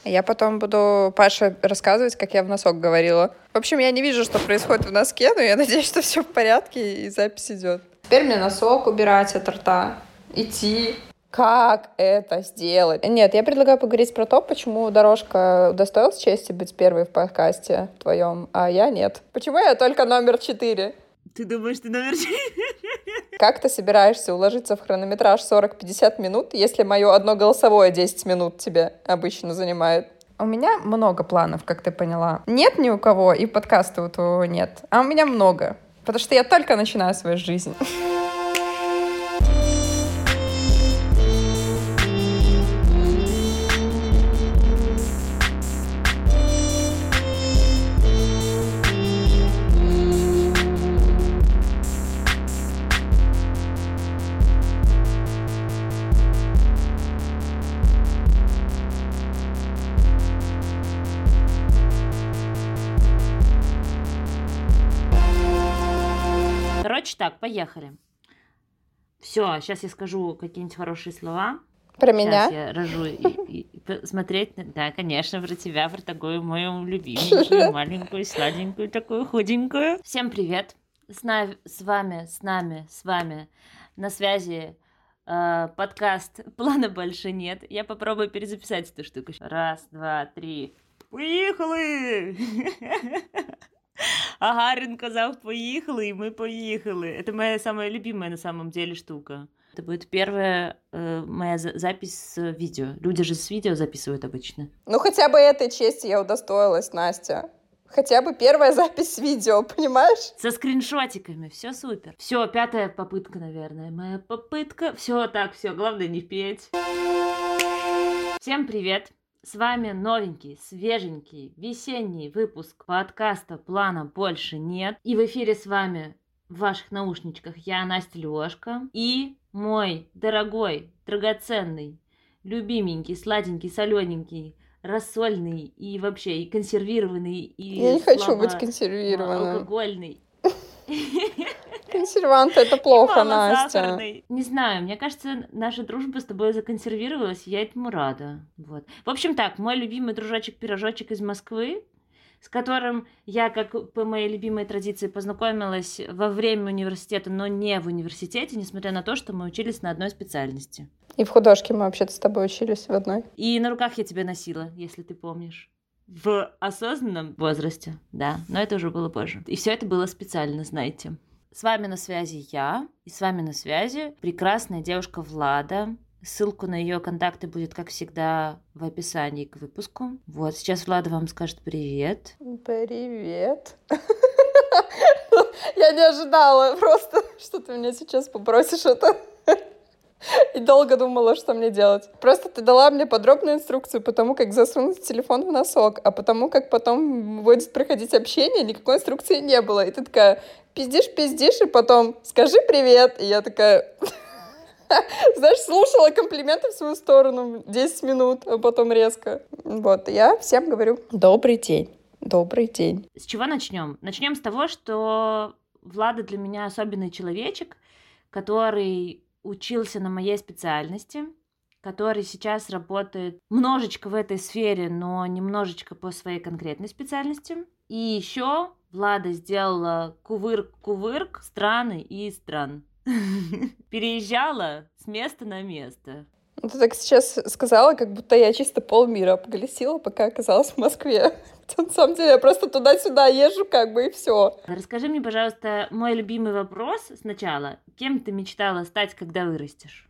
Я потом буду Паше рассказывать, как я в носок говорила. В общем, я не вижу, что происходит в носке, но я надеюсь, что все в порядке и запись идет. Теперь мне носок убирать от рта, идти. Как это сделать? Нет, я предлагаю поговорить про то, почему дорожка удостоилась чести быть первой в подкасте твоем, а я нет. Почему я только номер 4? Ты думаешь, ты номер 4? Как ты собираешься уложиться в хронометраж 40-50 минут, если мое одно голосовое 10 минут тебе обычно занимает? У меня много планов, как ты поняла. Нет ни у кого, и подкаста у твоего нет. А у меня много, потому что я только начинаю свою жизнь. Короче, так, поехали. Все, сейчас я скажу какие-нибудь хорошие слова. Про меня? Сейчас я рожу и смотреть... Да, конечно, про тебя, про такую мою любименькую, маленькую, сладенькую, такую худенькую. Всем привет. С вами на связи подкаст «Плана больше нет». Я попробую перезаписать эту штуку. 1, 2, 3. Поехали! Агарин казав «поехали», и мы поехали. Это моя самая любимая на самом деле штука. Это будет первая моя запись с видео. Люди же с видео записывают обычно. Ну, хотя бы этой чести я удостоилась, Настя. Хотя бы первая запись с видео, понимаешь? Со скриншотиками, все супер. Все, 5-я попытка, наверное. Моя попытка. Все, главное не петь. Всем привет. С вами новенький, свеженький, весенний выпуск подкаста «Плана больше нет». И в эфире с вами в ваших наушничках я, Настя Лёшка, и мой дорогой, драгоценный, любименький, сладенький, солененький, рассольный и вообще и консервированный, и я не хочу быть консервированным. Алкогольный. Консерванты — это плохо, Настя. Не знаю, мне кажется, наша дружба с тобой законсервировалась, и я этому рада. Вот. В общем так, мой любимый дружочек-пирожочек из Москвы, с которым я, как по моей любимой традиции, познакомилась во время университета, но не в университете, несмотря на то, что мы учились на одной специальности. И в художке мы вообще-то с тобой учились в одной. И на руках я тебя носила, если ты помнишь. В осознанном возрасте, да, но это уже было позже. И все это было специально, знаете. С вами на связи я, и с вами на связи прекрасная девушка Влада. Ссылку на ее контакты будет, как всегда, в описании к выпуску. Вот, сейчас Влада вам скажет привет. Привет. Я не ожидала просто, что ты меня сейчас попросишь это. И долго думала, что мне делать. Просто ты дала мне подробную инструкцию по тому, как засунуть телефон в носок, а по тому, как потом будет проходить общение, никакой инструкции не было. И ты такая пиздишь, и потом скажи привет. И я такая, знаешь, слушала комплименты в свою сторону 10 минут, а потом резко. Вот, я всем говорю добрый день. Добрый день. С чего начнем? Начнем с того, что Влада для меня особенный человечек, который учился на моей специальности, который сейчас работает немножечко в этой сфере, но немножечко по своей конкретной специальности. И еще Влада сделала кувырк страны и стран. Переезжала с места на место. Ты так сейчас сказала, как будто я чисто полмира обколесила, пока оказалась в Москве. На самом деле я просто туда-сюда езжу, как бы, и все. Расскажи мне, пожалуйста, мой любимый вопрос сначала. Кем ты мечтала стать, когда вырастешь?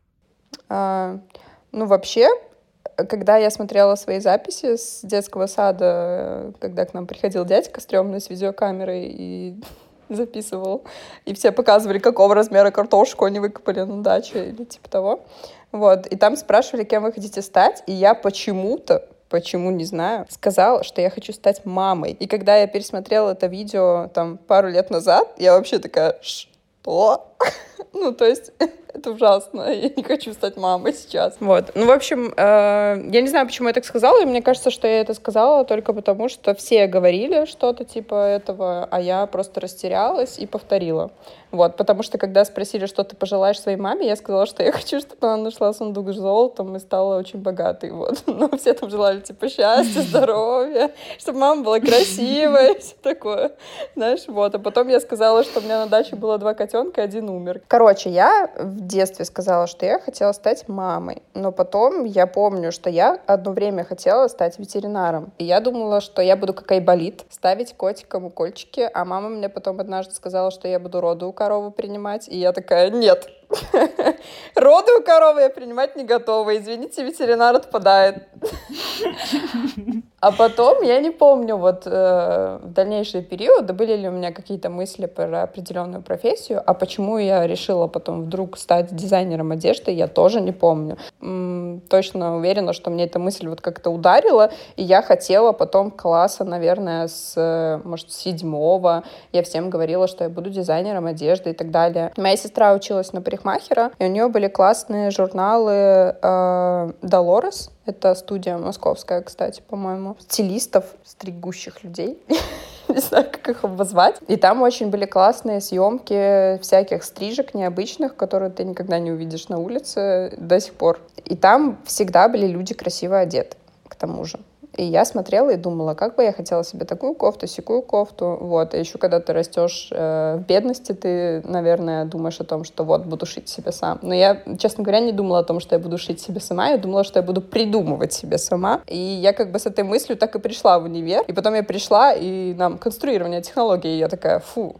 Вообще, когда я смотрела свои записи с детского сада, когда к нам приходил дядька стрёмный с видеокамерой и записывал, и все показывали, какого размера картошку они выкопали на даче или типа того. Вот. И там спрашивали, кем вы хотите стать, и я почему, не знаю, сказала, что я хочу стать мамой. И когда я пересмотрела это видео там пару лет назад, я вообще такая, что? Ну, то есть, это ужасно. Я не хочу стать мамой сейчас. Вот. Ну, в общем, я не знаю, почему я так сказала, и мне кажется, что я это сказала только потому, что все говорили что-то типа этого, а я просто растерялась и повторила. Вот, потому что, когда спросили, что ты пожелаешь своей маме, я сказала, что я хочу, чтобы она нашла сундук с золотом и стала очень богатой, вот. Но все там желали, типа, счастья, здоровья, чтобы мама была красивая, все такое, знаешь, вот. А потом я сказала, что у меня на даче было 2 котенка, 1 умер. Короче, я в детстве сказала, что я хотела стать мамой, но потом я помню, что я одно время хотела стать ветеринаром, и я думала, что я буду как Айболит, ставить котикам укольчики, а мама мне потом однажды сказала, что я буду роды у коровы принимать, и я такая, нет, роды у коровы я принимать не готова, извините, ветеринар отпадает. А потом, я не помню, вот в дальнейшие периоды были ли у меня какие-то мысли про определенную профессию, а почему я решила потом вдруг стать дизайнером одежды, я тоже не помню. Точно уверена, что мне эта мысль вот как-то ударила, и я хотела потом класса, наверное, может, с 7-го. Я всем говорила, что я буду дизайнером одежды и так далее. Моя сестра училась на парикмахера, и у нее были классные журналы Dolores. Это студия московская, кстати, по-моему. Стилистов, стригущих людей. Не знаю, как их обозвать. И там очень были классные съемки всяких стрижек необычных, которые ты никогда не увидишь на улице до сих пор. И там всегда были люди красиво одеты, к тому же. И я смотрела и думала, как бы я хотела себе такую кофту, сякую кофту. Вот. И еще когда ты растешь в бедности, ты, наверное, думаешь о том, что вот, буду шить себе сам. Но я, честно говоря, не думала о том, что я буду шить себе сама. Я думала, что я буду придумывать себе сама. И я как бы с этой мыслью так и пришла в универ. И потом я пришла, и нам конструирование технологий. И я такая, фу.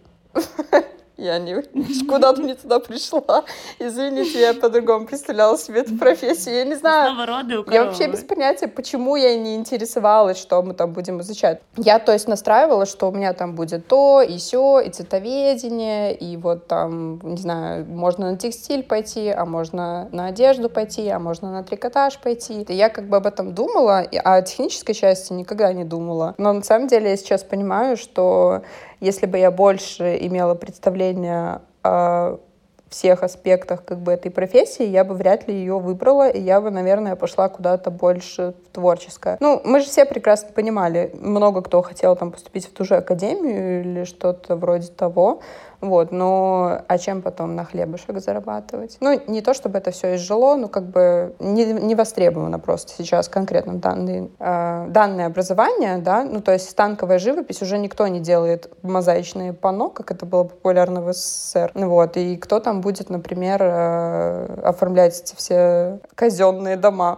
Я куда-то не туда пришла. Извините, я по-другому представляла себе эту профессию. Я не знаю. Я вообще без понятия, почему я не интересовалась, что мы там будем изучать. Я, то есть, настраивала, что у меня там будет то, и сё, и цветоведение, и вот там, не знаю, можно на текстиль пойти, а можно на одежду пойти, а можно на трикотаж пойти. И я как бы об этом думала, а о технической части никогда не думала. Но на самом деле я сейчас понимаю, что если бы я больше имела представление о всех аспектах как бы этой профессии, я бы вряд ли ее выбрала, и я бы, наверное, пошла куда-то больше в творческое. Ну, мы же все прекрасно понимали, много кто хотел там поступить в ту же академию или что-то вроде того, вот, но а чем потом на хлебушек зарабатывать? Ну, не то, чтобы это все изжило, но как бы не востребовано просто сейчас конкретно данное образование, да, ну, то есть станковая живопись уже никто не делает мозаичные панно, как это было популярно в СССР, вот, и кто там будет, например, оформлять эти все казенные дома.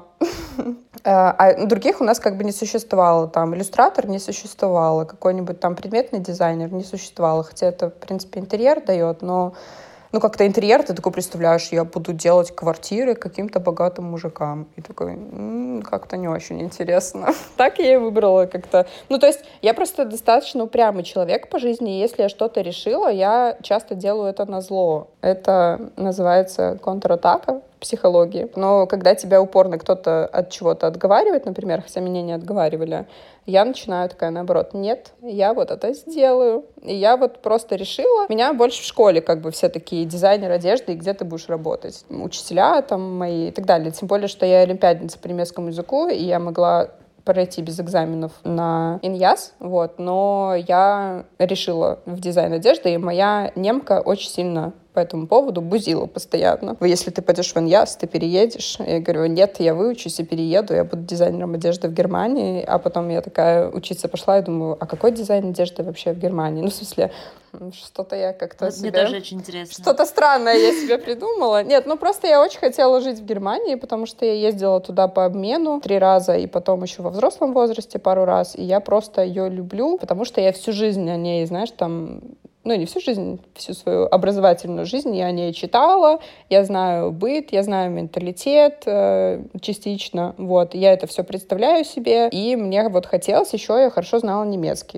А других у нас как бы не существовало. Там иллюстратор не существовало, какой-нибудь там предметный дизайнер не существовало. Хотя это, в принципе, интерьер дает, но ну, как-то интерьер, ты такой представляешь, я буду делать квартиры каким-то богатым мужикам. И такой, как-то не очень интересно. Так я и выбрала как-то. Ну, то есть я просто достаточно упрямый человек по жизни, и если я что-то решила, я часто делаю это назло. Это называется контратака в психологии. Но когда тебя упорно кто-то от чего-то отговаривает, например, хотя меня не отговаривали, я начинаю такая, наоборот, нет, я вот это сделаю. И я вот просто решила. Меня больше в школе как бы все такие дизайнер одежды, и где ты будешь работать. Учителя там мои и так далее. Тем более, что я олимпиадница по немецкому языку, и я могла пройти без экзаменов на ИНЯС, вот, но я решила в дизайн одежды, и моя немка очень сильно по этому поводу бузила постоянно. Если ты пойдешь в ИНЯС, ты переедешь. Я говорю, нет, я выучусь и перееду, я буду дизайнером одежды в Германии. А потом я такая учиться пошла и думаю, а какой дизайн одежды вообще в Германии? Ну, в смысле, что-то я как-то вот себе... Мне тоже очень интересно. Что-то странное я себе придумала. Нет, ну просто я очень хотела жить в Германии, потому что я ездила туда по обмену 3 раза, и потом еще во взрослом возрасте пару раз, и я просто ее люблю, потому что я всю жизнь о ней, знаешь, там... Ну, не всю жизнь, всю свою образовательную жизнь я о ней читала, я знаю быт, я знаю менталитет частично, вот, я это все представляю себе, и мне вот хотелось еще, я хорошо знала немецкий.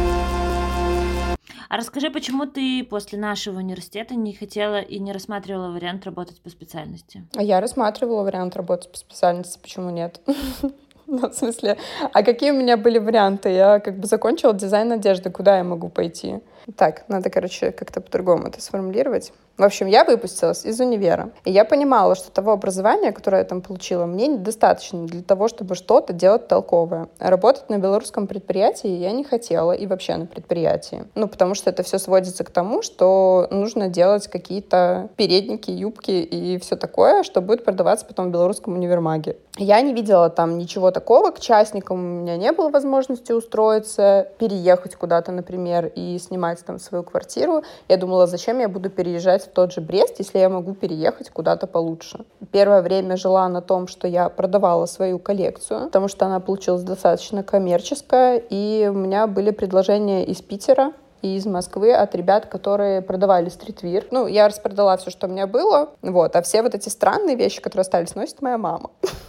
А расскажи, почему ты после нашего университета не хотела и не рассматривала вариант работать по специальности? Я рассматривала вариант работать по специальности, почему нет? Ну, в смысле, а какие у меня были варианты? Я как бы закончила дизайн одежды, куда я могу пойти? Так, надо, короче, как-то по-другому это сформулировать. В общем, я выпустилась из универа. И я понимала, что того образования, которое я там получила, мне недостаточно для того, чтобы что-то делать толковое. Работать на белорусском предприятии я не хотела, и вообще на предприятии. Потому что это все сводится к тому, что нужно делать какие-то передники, юбки и все такое, что будет продаваться потом в белорусском универмаге. Я не видела там ничего такого. К частникам у меня не было возможности устроиться, переехать куда-то, например, и снимать там свою квартиру. Я думала, зачем я буду переезжать в тот же Брест, если я могу переехать куда-то получше. Первое время жила на том, что я продавала свою коллекцию, потому что она получилась достаточно коммерческая, и у меня были предложения из Питера и из Москвы от ребят, которые продавали стритвир. Я распродала все, что у меня было, а все вот эти странные вещи, которые остались, носит моя мама.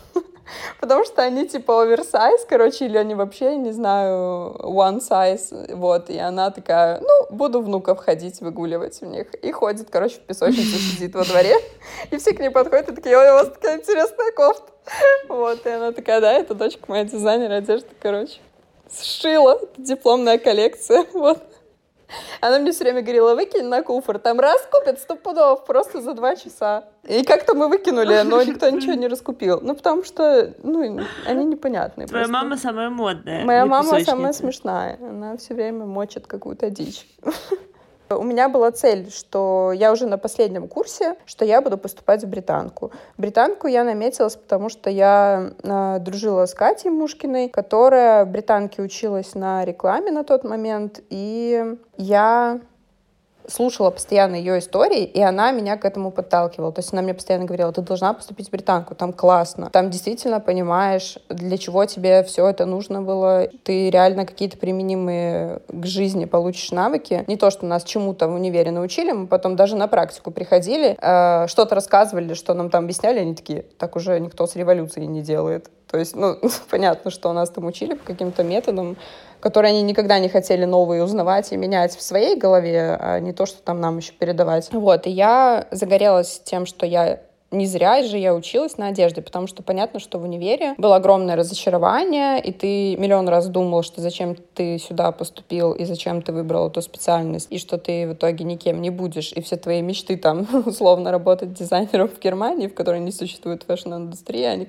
Потому что они типа оверсайз, или они вообще, не знаю, one size, и она такая, буду внуков ходить, выгуливать в них. И ходит, в песочнице, сидит во дворе, и все к ней подходят и такие, ой, у вас такая интересная кофта. И она такая, да, это дочка моя дизайнер одежды, сшила, это дипломная коллекция, Она мне все время говорила, выкинь на куфр, там раскупят 100 пудов просто за 2 часа. И как-то мы выкинули, но никто ничего не раскупил. Потому что, они непонятные. Твоя мама самая модная. Моя мама самая смешная. Она все время мочит какую-то дичь. У меня была цель, что я уже на последнем курсе, что я буду поступать в британку. В британку я наметилась, потому что я дружила с Катей Мушкиной, которая в британке училась на рекламе на тот момент, и я слушала постоянно ее истории, и она меня к этому подталкивала. То есть она мне постоянно говорила, ты должна поступить в британку, там классно. Там действительно понимаешь, для чего тебе все это нужно было. Ты реально какие-то применимые к жизни получишь навыки. Не то, что нас чему-то в универе научили, мы потом даже на практику приходили, что-то рассказывали, что нам там объясняли, они такие, так уже никто с революцией не делает. То есть, понятно, что нас там учили по каким-то методам, которые они никогда не хотели новые узнавать и менять в своей голове, а не то, что там нам еще передавать. И я загорелась тем, что не зря же я училась на одежде, потому что понятно, что в универе было огромное разочарование, и ты миллион раз думал, что зачем ты сюда поступил, и зачем ты выбрал эту специальность, и что ты в итоге никем не будешь, и все твои мечты там, условно, работать дизайнером в Германии, в которой не существует фэшн-индустрии, они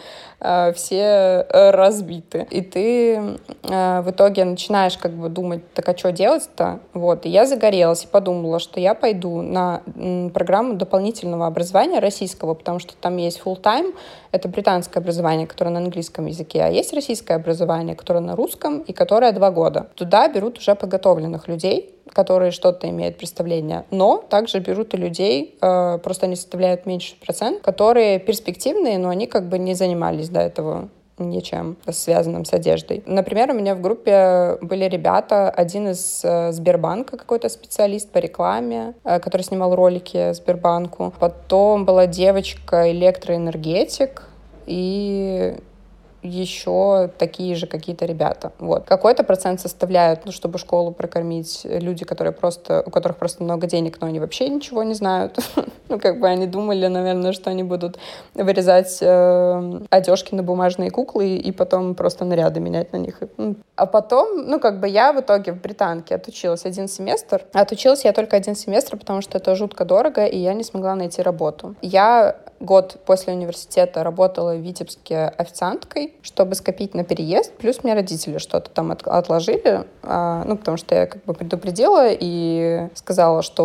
все разбиты. И ты в итоге начинаешь думать, так а что делать-то? И я загорелась и подумала, что я пойду на программу дополнительного образования российского, потому что там есть full-time, это британское образование, которое на английском языке, а есть российское образование, которое на русском и которое 2 года. Туда берут уже подготовленных людей, которые что-то имеют представление, но также берут и людей, просто они составляют меньше процент, которые перспективные, но они не занимались до этого ничем связанным с одеждой. Например, у меня в группе были ребята, один из Сбербанка, какой-то специалист по рекламе, который снимал ролики Сбербанку. Потом была девочка электроэнергетик и еще такие же какие-то ребята. Какой-то процент составляют, чтобы школу прокормить, люди, у которых просто много денег, но они вообще ничего не знают. Они думали, наверное, что они будут вырезать одежки на бумажные куклы и потом просто наряды менять на них. А потом, я в итоге в британке отучилась 1 семестр. Отучилась я только 1 семестр, потому что это жутко дорого, и я не смогла найти работу. Я год после университета работала в Витебске официанткой, чтобы скопить на переезд. Плюс мне родители что-то там отложили, потому что я предупредила и сказала, что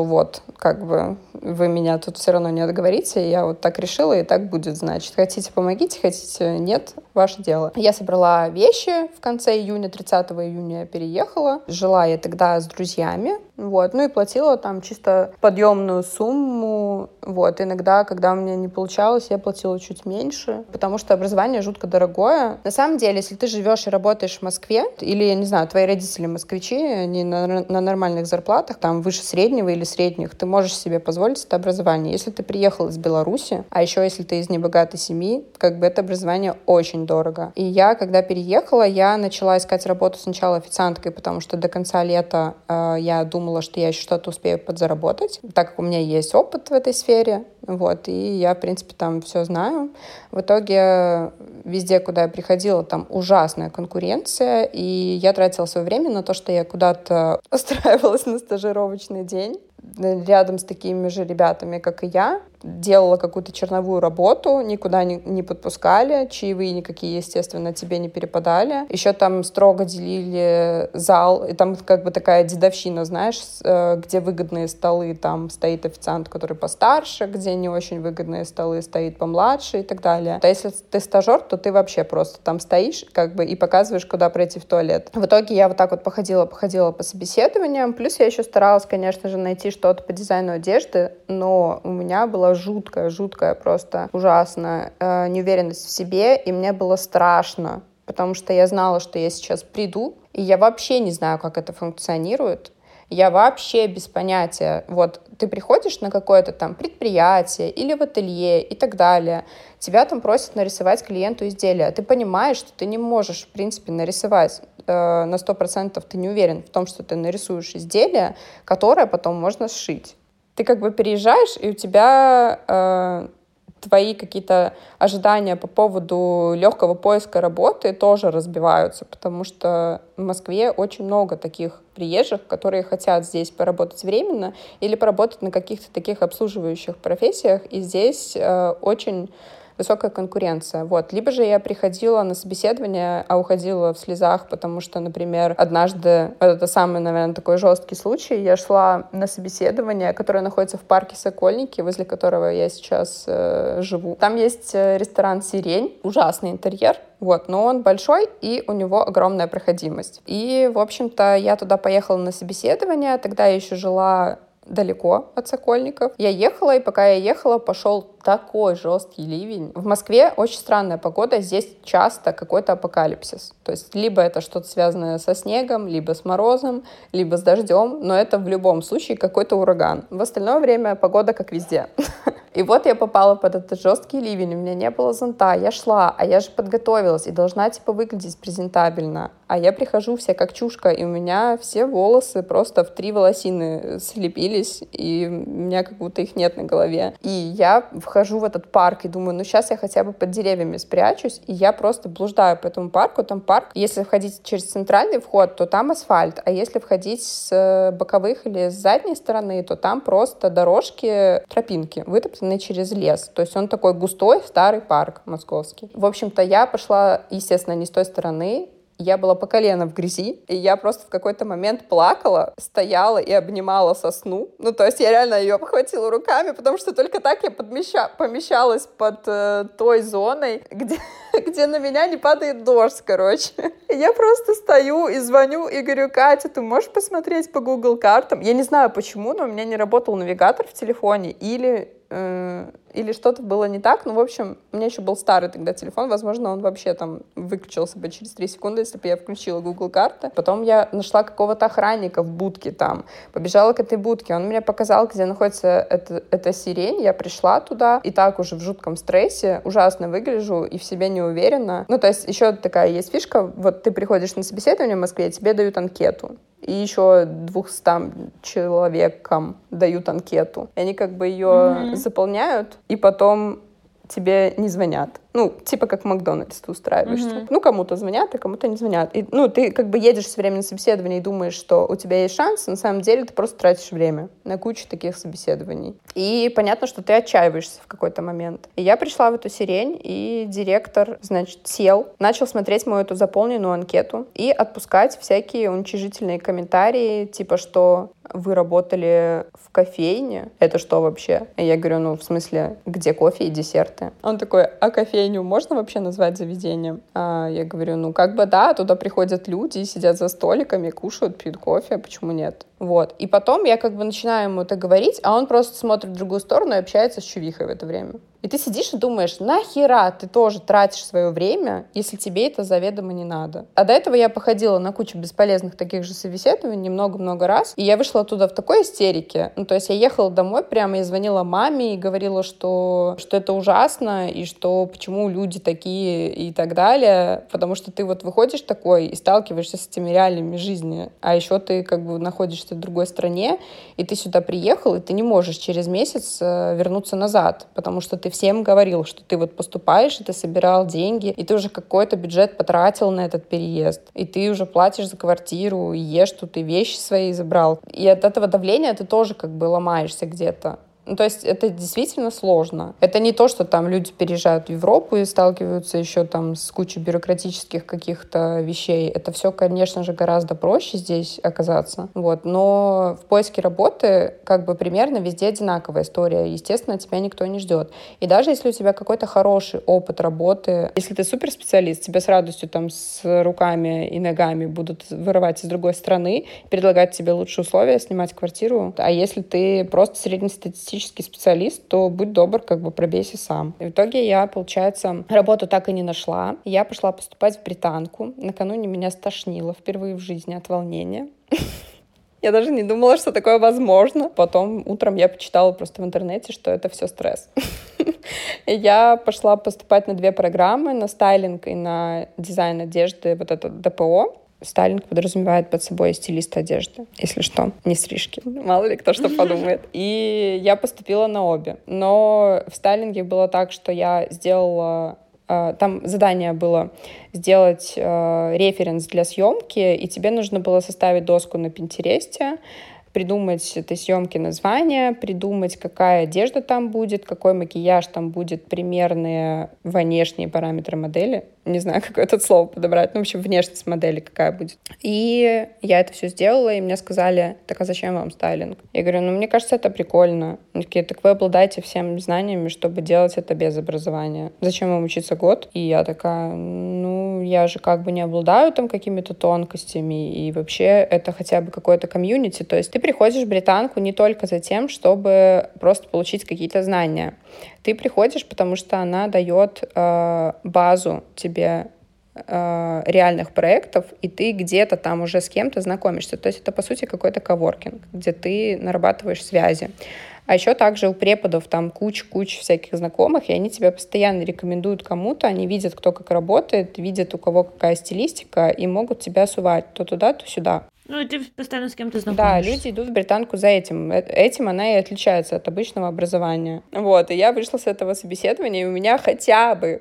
вы меня тут все равно не отговорите, я так решила, и так будет, значит. Хотите, помогите, хотите, нет, ваше дело. Я собрала вещи в конце июня, 30 июня я переехала. Жила я тогда с друзьями, и платила там чисто подъемную сумму. Иногда, когда у меня не получалось, я платила чуть меньше, потому что образование жутко дорогое. На самом деле, если ты живешь и работаешь в Москве, или, я не знаю, твои родители москвичи, они на нормальных зарплатах, там выше среднего или средних, ты можешь себе позволить это образование. Если ты приехал из Беларуси, а еще если ты из небогатой семьи, это образование очень дорого. И я, когда переехала, я начала искать работу сначала официанткой, потому что до конца лета я думала, что я еще что-то успею подзаработать, так как у меня есть опыт в этой сфере, и я, в принципе, там все знаю. В итоге везде, куда я приходила, там ужасная конкуренция, и я тратила свое время на то, что я куда-то устраивалась на стажировочный день. рядом с такими же ребятами, как и я, делала какую-то черновую работу, никуда не подпускали, чаевые никакие, естественно, тебе не перепадали. Еще там строго делили зал, и там как бы такая дедовщина, знаешь, где выгодные столы, там стоит официант, который постарше, где не очень выгодные столы, стоит помладше и так далее. А если ты стажер, то ты вообще просто там стоишь как бы и показываешь, куда пройти в туалет. В итоге я вот так вот походила по собеседованиям, плюс я еще старалась, конечно же, найти что-то по дизайну одежды, но у меня была жуткая, просто ужасная неуверенность в себе, и мне было страшно, потому что я знала, что я сейчас приду, и я вообще не знаю, как это функционирует. Я вообще без понятия. Вот ты приходишь на какое-то там предприятие или в ателье и так далее, тебя там просят нарисовать клиенту изделие, а ты понимаешь, что ты не можешь, в принципе, нарисовать на 100%, ты не уверен в том, что ты нарисуешь изделие, которое потом можно сшить. Ты как бы переезжаешь, и у тебя твои какие-то ожидания по поводу легкого поиска работы тоже разбиваются, потому что в Москве очень много таких приезжих, которые хотят здесь поработать временно или поработать на каких-то таких обслуживающих профессиях, и здесь очень высокая конкуренция. Вот. Либо же я приходила на собеседование, а уходила в слезах, потому что, например, однажды, это самый, наверное, такой жесткий случай, я шла на собеседование, которое находится в парке Сокольники, возле которого я сейчас живу. Там есть ресторан «Сирень», ужасный интерьер, вот, но он большой, и у него огромная проходимость. И, в общем-то, я туда поехала на собеседование, тогда я еще жила далеко от Сокольников. Я ехала, и пока я ехала, пошел такой жесткий ливень. В Москве очень странная погода, здесь часто какой-то апокалипсис. То есть либо это что-то связанное со снегом, либо с морозом, либо с дождем, но это в любом случае какой-то ураган. В остальное время погода как везде. И вот я попала под этот жесткий ливень, у меня не было зонта, я шла, а я же подготовилась и должна типа выглядеть презентабельно. А я прихожу вся как чушка, и у меня все волосы просто в 3 волосины слепились, и у меня как будто их нет на голове. И я вхожу в этот парк и думаю, ну сейчас я хотя бы под деревьями спрячусь, и я просто блуждаю по этому парку. Там парк, если входить через центральный вход, то там асфальт, а если входить с боковых или с задней стороны, то там просто дорожки, тропинки, вытоптанные через лес. То есть он такой густой, старый парк московский. В общем-то, я пошла, естественно, не с той стороны. Я была по колено в грязи, и я просто в какой-то момент плакала, стояла и обнимала сосну. Ну, то есть я реально ее обхватила руками, потому что только так я помещалась под той зоной, где на меня не падает дождь, короче. И я просто стою и звоню и говорю: Катя, ты можешь посмотреть по Google картам? Я не знаю почему, но у меня не работал навигатор в телефоне, или что-то было не так. Ну, в общем, у меня еще был старый тогда телефон. Возможно, он вообще там выключился бы через 3 секунды, если бы я включила Google карты. Потом я нашла какого-то охранника в будке там. Побежала к этой будке. Он мне показал, где находится эта сирень. Я пришла туда. И так уже в жутком стрессе. Ужасно выгляжу и в себе не уверена. Ну, то есть еще такая есть фишка. Вот ты приходишь на собеседование в Москве, тебе дают анкету. И еще 200 человекам дают анкету. И они как бы ее заполняют, и потом тебе не звонят. Ну, типа как в Макдональдс ты устраиваешься. Ну, кому-то звонят, а кому-то не звонят. И, ну, ты как бы едешь все время на собеседование и думаешь, что у тебя есть шанс, на самом деле ты просто тратишь время на кучу таких собеседований. И понятно, что ты отчаиваешься в какой-то момент. И я пришла в эту сирень, и директор, значит, сел, начал смотреть мою эту заполненную анкету и отпускать всякие уничижительные комментарии, типа, что вы работали в кофейне? Это что вообще? И я говорю, ну, в смысле, где кофе и десерты? Он такой, а кофейню можно вообще назвать заведением? А я говорю, ну, как бы да, туда приходят люди, сидят за столиками, кушают, пьют кофе, а почему нет? Вот. И потом я как бы начинаю ему это говорить, а он просто смотрит в другую сторону и общается с чувихой в это время. И ты сидишь и думаешь, нахера ты тоже тратишь свое время, если тебе это заведомо не надо. А до этого я походила на кучу бесполезных таких же собеседований много-много раз, и я вышла оттуда в такой истерике. Ну, то есть я ехала домой прямо и звонила маме и говорила, что это ужасно, и что почему люди такие и так далее, потому что ты вот выходишь такой и сталкиваешься с этими реалиями жизни, а еще ты как бы находишься в другой стране, и ты сюда приехал, и ты не можешь через месяц вернуться назад, потому что ты ты всем говорил, что ты вот поступаешь, и ты собирал деньги, и ты уже какой-то бюджет потратил на этот переезд, и ты уже платишь за квартиру, и ешь тут, и вещи свои забрал. И от этого давления ты тоже как бы ломаешься где-то. Ну, то есть это действительно сложно. Это не то, что там люди переезжают в Европу и сталкиваются еще там с кучей бюрократических каких-то вещей. Это все, конечно же, гораздо проще здесь оказаться. Вот. Но в поиске работы как бы примерно везде одинаковая история. Естественно, тебя никто не ждет. И даже если у тебя какой-то хороший опыт работы, если ты суперспециалист, тебя с радостью там с руками и ногами будут вырывать из другой страны, предлагать тебе лучшие условия, снимать квартиру. А если ты просто среднестатистический специалист, то будь добр, как бы пробейся сам. И в итоге я, получается, работу так и не нашла. Я пошла поступать в британку. Накануне меня стошнило впервые в жизни от волнения. Я даже не думала, что такое возможно. Потом утром я почитала просто в интернете, что это все стресс. Я пошла поступать на 2 программы, на стайлинг и на дизайн одежды, вот это ДПО. Стайлинг подразумевает под собой стилист одежды, если что, не стрижки. Мало ли кто что подумает. И я поступила на обе. Но в стайлинге было так, что я сделала... Там задание было сделать референс для съемки, и тебе нужно было составить доску на Пинтересте, придумать этой съемки название, придумать, какая одежда там будет, какой макияж там будет, примерные внешние параметры модели. Не знаю, какое это слово подобрать. Ну, в общем, внешность модели какая будет. И я это все сделала, и мне сказали: так а зачем вам стайлинг? Я говорю: ну, мне кажется, это прикольно. Они такие: так вы обладаете всеми знаниями, чтобы делать это без образования. Зачем вам учиться год? И я такая: ну, я же как бы не обладаю там какими-то тонкостями, и вообще это хотя бы какое-то комьюнити. То есть ты приходишь в британку не только за тем, чтобы просто получить какие-то знания. Ты приходишь, потому что она дает базу тебе реальных проектов, и ты где-то там уже с кем-то знакомишься. То есть это, по сути, какой-то коворкинг, где ты нарабатываешь связи. А еще также у преподов там куча всяких знакомых, и они тебя постоянно рекомендуют кому-то, они видят, кто как работает, видят, у кого какая стилистика, и могут тебя сувать то туда, то сюда. Ну, и ты постоянно с кем-то знакомишься. Да, люди идут в британку за этим. Этим она и отличается от обычного образования. Вот, и я вышла с этого собеседования, и у меня хотя бы,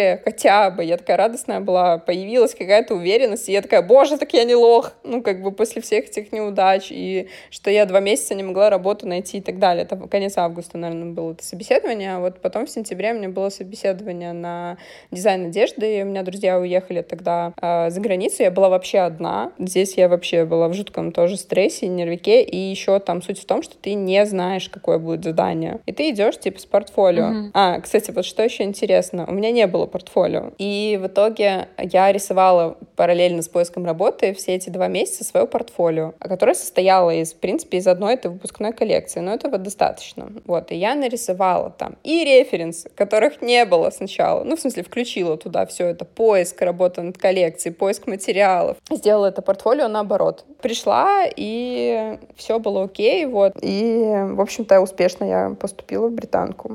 я такая радостная была, появилась какая-то уверенность, и я такая: боже, так я не лох. Ну, как бы после всех этих неудач, и что я 2 месяца не могла работу найти и так далее. Это конец августа, наверное, было это собеседование, а вот потом в сентябре у меня было собеседование на дизайн одежды, и у меня друзья уехали тогда за границу, я была вообще одна. Здесь я вообще была в жутком тоже стрессе, нервике, и еще там суть в том, что ты не знаешь, какое будет задание. И ты идешь типа с портфолио. Кстати, вот что еще интересно, у меня не было портфолио. И в итоге я рисовала параллельно с поиском работы все эти 2 месяца свое портфолио, которое состояло в принципе, из одной этой выпускной коллекции. Но этого достаточно. Вот, и я нарисовала там и референсы, которых не было сначала. Ну, в смысле, включила туда все это. Поиск, работа над коллекцией, поиск материалов. Сделала это портфолио наоборот. Пришла, и все было окей, вот. И, в общем-то, успешно я поступила в британку.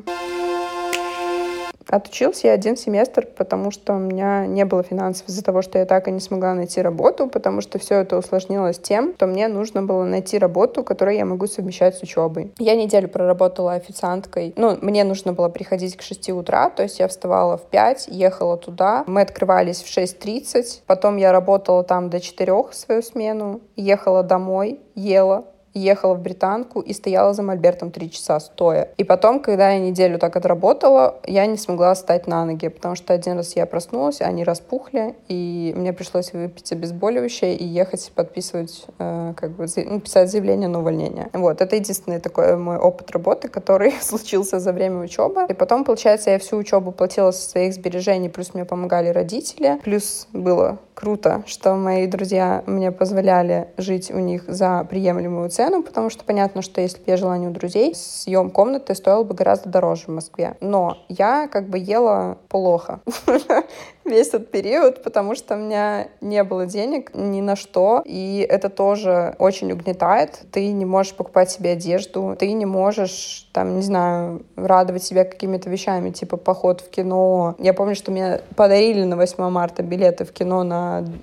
Отучился я 1 семестр, потому что у меня не было финансов из-за того, что я так и не смогла найти работу, потому что все это усложнилось тем, что мне нужно было найти работу, которую я могу совмещать с учебой. Я неделю проработала официанткой. Ну, мне нужно было приходить к 6 утра, то есть я вставала в 5, ехала туда. Мы открывались в 6:30, потом я работала там до 4 свою смену, ехала домой, ехала в британку и стояла за мольбертом 3 часа стоя. И потом, когда я неделю так отработала, я не смогла встать на ноги, потому что 1 раз я проснулась, они распухли, и мне пришлось выпить обезболивающее и ехать подписывать, писать заявление на увольнение. Вот, это единственный такой мой опыт работы, который случился за время учебы. И потом, получается, я всю учебу платила со своих сбережений, плюс мне помогали родители, плюс было круто, что мои друзья мне позволяли жить у них за приемлемую цену, потому что понятно, что если бы я жила не у друзей, съем комнаты стоил бы гораздо дороже в Москве. Но я как бы ела плохо весь этот период, потому что у меня не было денег ни на что, и это тоже очень угнетает. Ты не можешь покупать себе одежду, ты не можешь, там, не знаю, радовать себя какими-то вещами, типа поход в кино. Я помню, что мне подарили на 8 марта билеты в кино на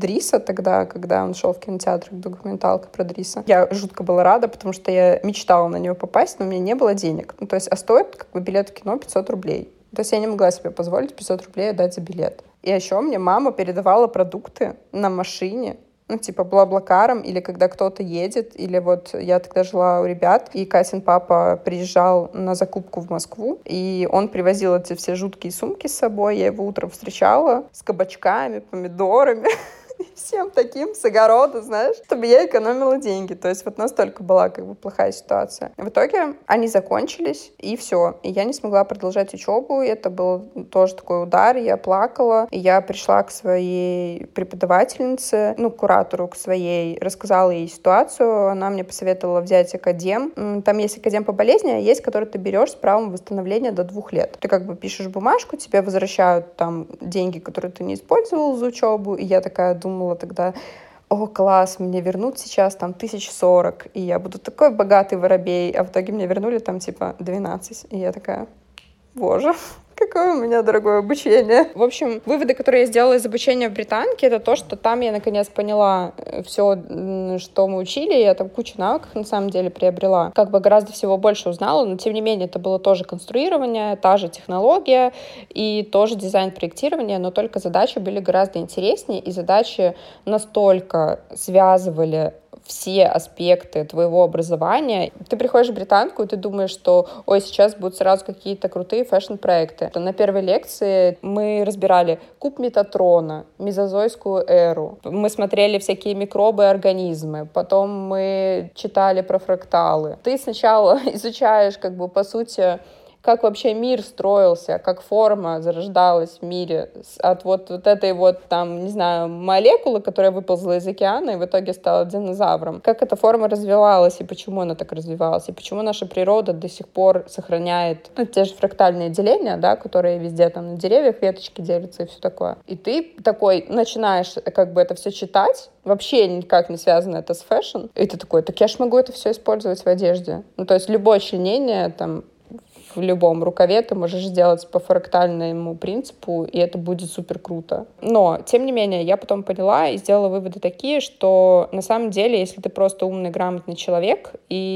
Дриса тогда, когда он шел в кинотеатр, документалка про Дриса. Я жутко была рада, потому что я мечтала на него попасть, но у меня не было денег. Ну, то есть, а стоит как бы билет в кино 500 рублей. То есть я не могла себе позволить 500 рублей отдать за билет. И еще мне мама передавала продукты на машине, ну, типа, Блаблакаром, или когда кто-то едет, или вот я тогда жила у ребят, и Катин папа приезжал на закупку в Москву, и он привозил эти все жуткие сумки с собой, я его утром встречала с кабачками, помидорами, всем таким с огорода, знаешь, чтобы я экономила деньги. То есть вот настолько была как бы плохая ситуация. В итоге они закончились, и все. И я не смогла продолжать учебу. И это был тоже такой удар. Я плакала. И я пришла к своей преподавательнице, ну, куратору к своей, рассказала ей ситуацию. Она мне посоветовала взять академ. Там есть академ по болезни, а есть, который ты берешь с правом восстановления до 2 лет. Ты как бы пишешь бумажку, тебе возвращают там деньги, которые ты не использовал за учебу. И я такая думала тогда: о, класс, мне вернут сейчас там 1040, и я буду такой богатый воробей, а в итоге мне вернули там типа 12, и я такая: боже, какое у меня дорогое обучение. В общем, выводы, которые я сделала из обучения в британке, это то, что там я наконец поняла все, что мы учили, я там кучу навыков на самом деле приобрела. Как бы гораздо всего больше узнала, но тем не менее это было тоже конструирование, та же технология и тоже дизайн проектирования, но только задачи были гораздо интереснее, и задачи настолько связывали все аспекты твоего образования. Ты приходишь в британку, и ты думаешь, что ой, сейчас будут сразу какие-то крутые фэшн-проекты. На первой лекции мы разбирали куб Метатрона, мезозойскую эру. Мы смотрели всякие микробы и организмы. Потом мы читали про фракталы. Ты сначала изучаешь, как бы, по сути, как вообще мир строился, как форма зарождалась в мире от вот этой вот там, не знаю, молекулы, которая выползла из океана и в итоге стала динозавром. Как эта форма развивалась и почему она так развивалась, и почему наша природа до сих пор сохраняет те же фрактальные деления, да, которые везде там на деревьях веточки делятся и все такое. И ты такой начинаешь как бы это все читать, вообще никак не связано это с фэшн, и ты такой: так я ж могу это все использовать в одежде. Ну, то есть любое членение там в любом рукаве ты можешь сделать по фрактальному принципу, и это будет супер круто. Но, тем не менее, я потом поняла и сделала выводы такие, что на самом деле, если ты просто умный, грамотный человек,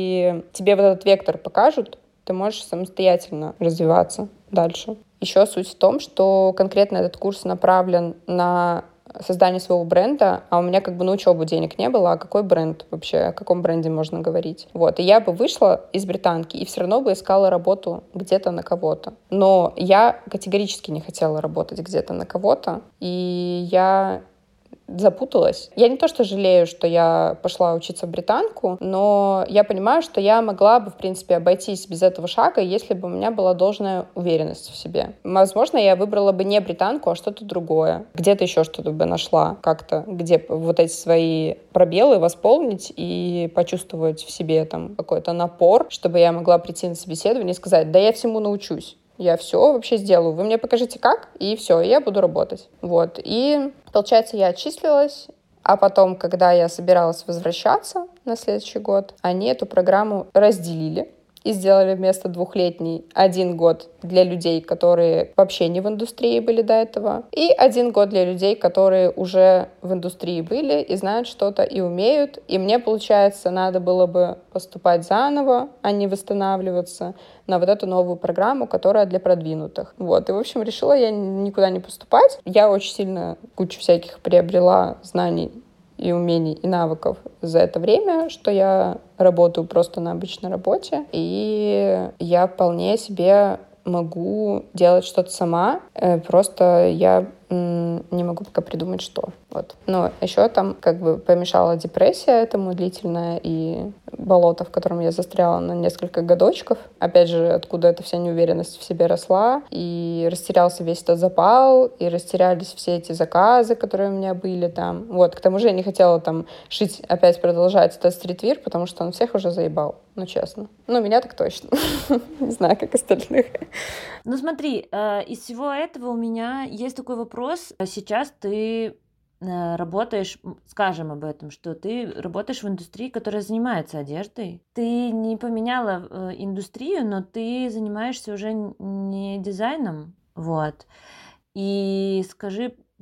и тебе вот этот вектор покажут, ты можешь самостоятельно развиваться дальше. Еще суть в том, что конкретно этот курс направлен на создание своего бренда, а у меня как бы на учебу денег не было, а какой бренд вообще, о каком бренде можно говорить? Вот, и я бы вышла из британки и все равно бы искала работу где-то на кого-то. Но я категорически не хотела работать где-то на кого-то, и я запуталась. Я не то что жалею, что я пошла учиться в британку, но я понимаю, что я могла бы, в принципе, обойтись без этого шага, если бы у меня была должная уверенность в себе. Возможно, я выбрала бы не британку, а что-то другое. Где-то еще что-то бы нашла как-то, где вот эти свои пробелы восполнить и почувствовать в себе там какой-то напор, чтобы я могла прийти на собеседование и сказать: да я всему научусь. Я все вообще сделаю. Вы мне покажите как, и все, и я буду работать. Вот. И, получается, я отчислилась, а потом, когда я собиралась возвращаться на следующий год, они эту программу разделили и сделали вместо 2-летней 1 год для людей, которые вообще не в индустрии были до этого, и 1 год для людей, которые уже в индустрии были и знают что-то и умеют. И мне, получается, надо было бы поступать заново, а не восстанавливаться на вот эту новую программу, которая для продвинутых. Вот. И, в общем, решила я никуда не поступать. Я очень сильно кучу всяких приобрела знаний и умений, и навыков за это время, что я работаю просто на обычной работе, и я вполне себе могу делать что-то сама, просто я не могу пока придумать, что. Вот. Но еще там как бы помешала депрессия этому длительная и болото, в котором я застряла на несколько годочков. Опять же, откуда эта вся неуверенность в себе росла. И растерялся весь этот запал, и растерялись все эти заказы, которые у меня были там. Вот. К тому же я не хотела там шить, опять продолжать этот стритвир, потому что он всех уже заебал. Ну, честно. Ну, меня так точно. Не знаю, как остальных. Ну, смотри, из всего этого у меня есть такой вопрос. Сейчас ты работаешь, скажем об этом, что ты работаешь в индустрии, которая занимается одеждой. Ты не поменяла индустрию, но ты занимаешься уже не дизайном. Вот. И скажи,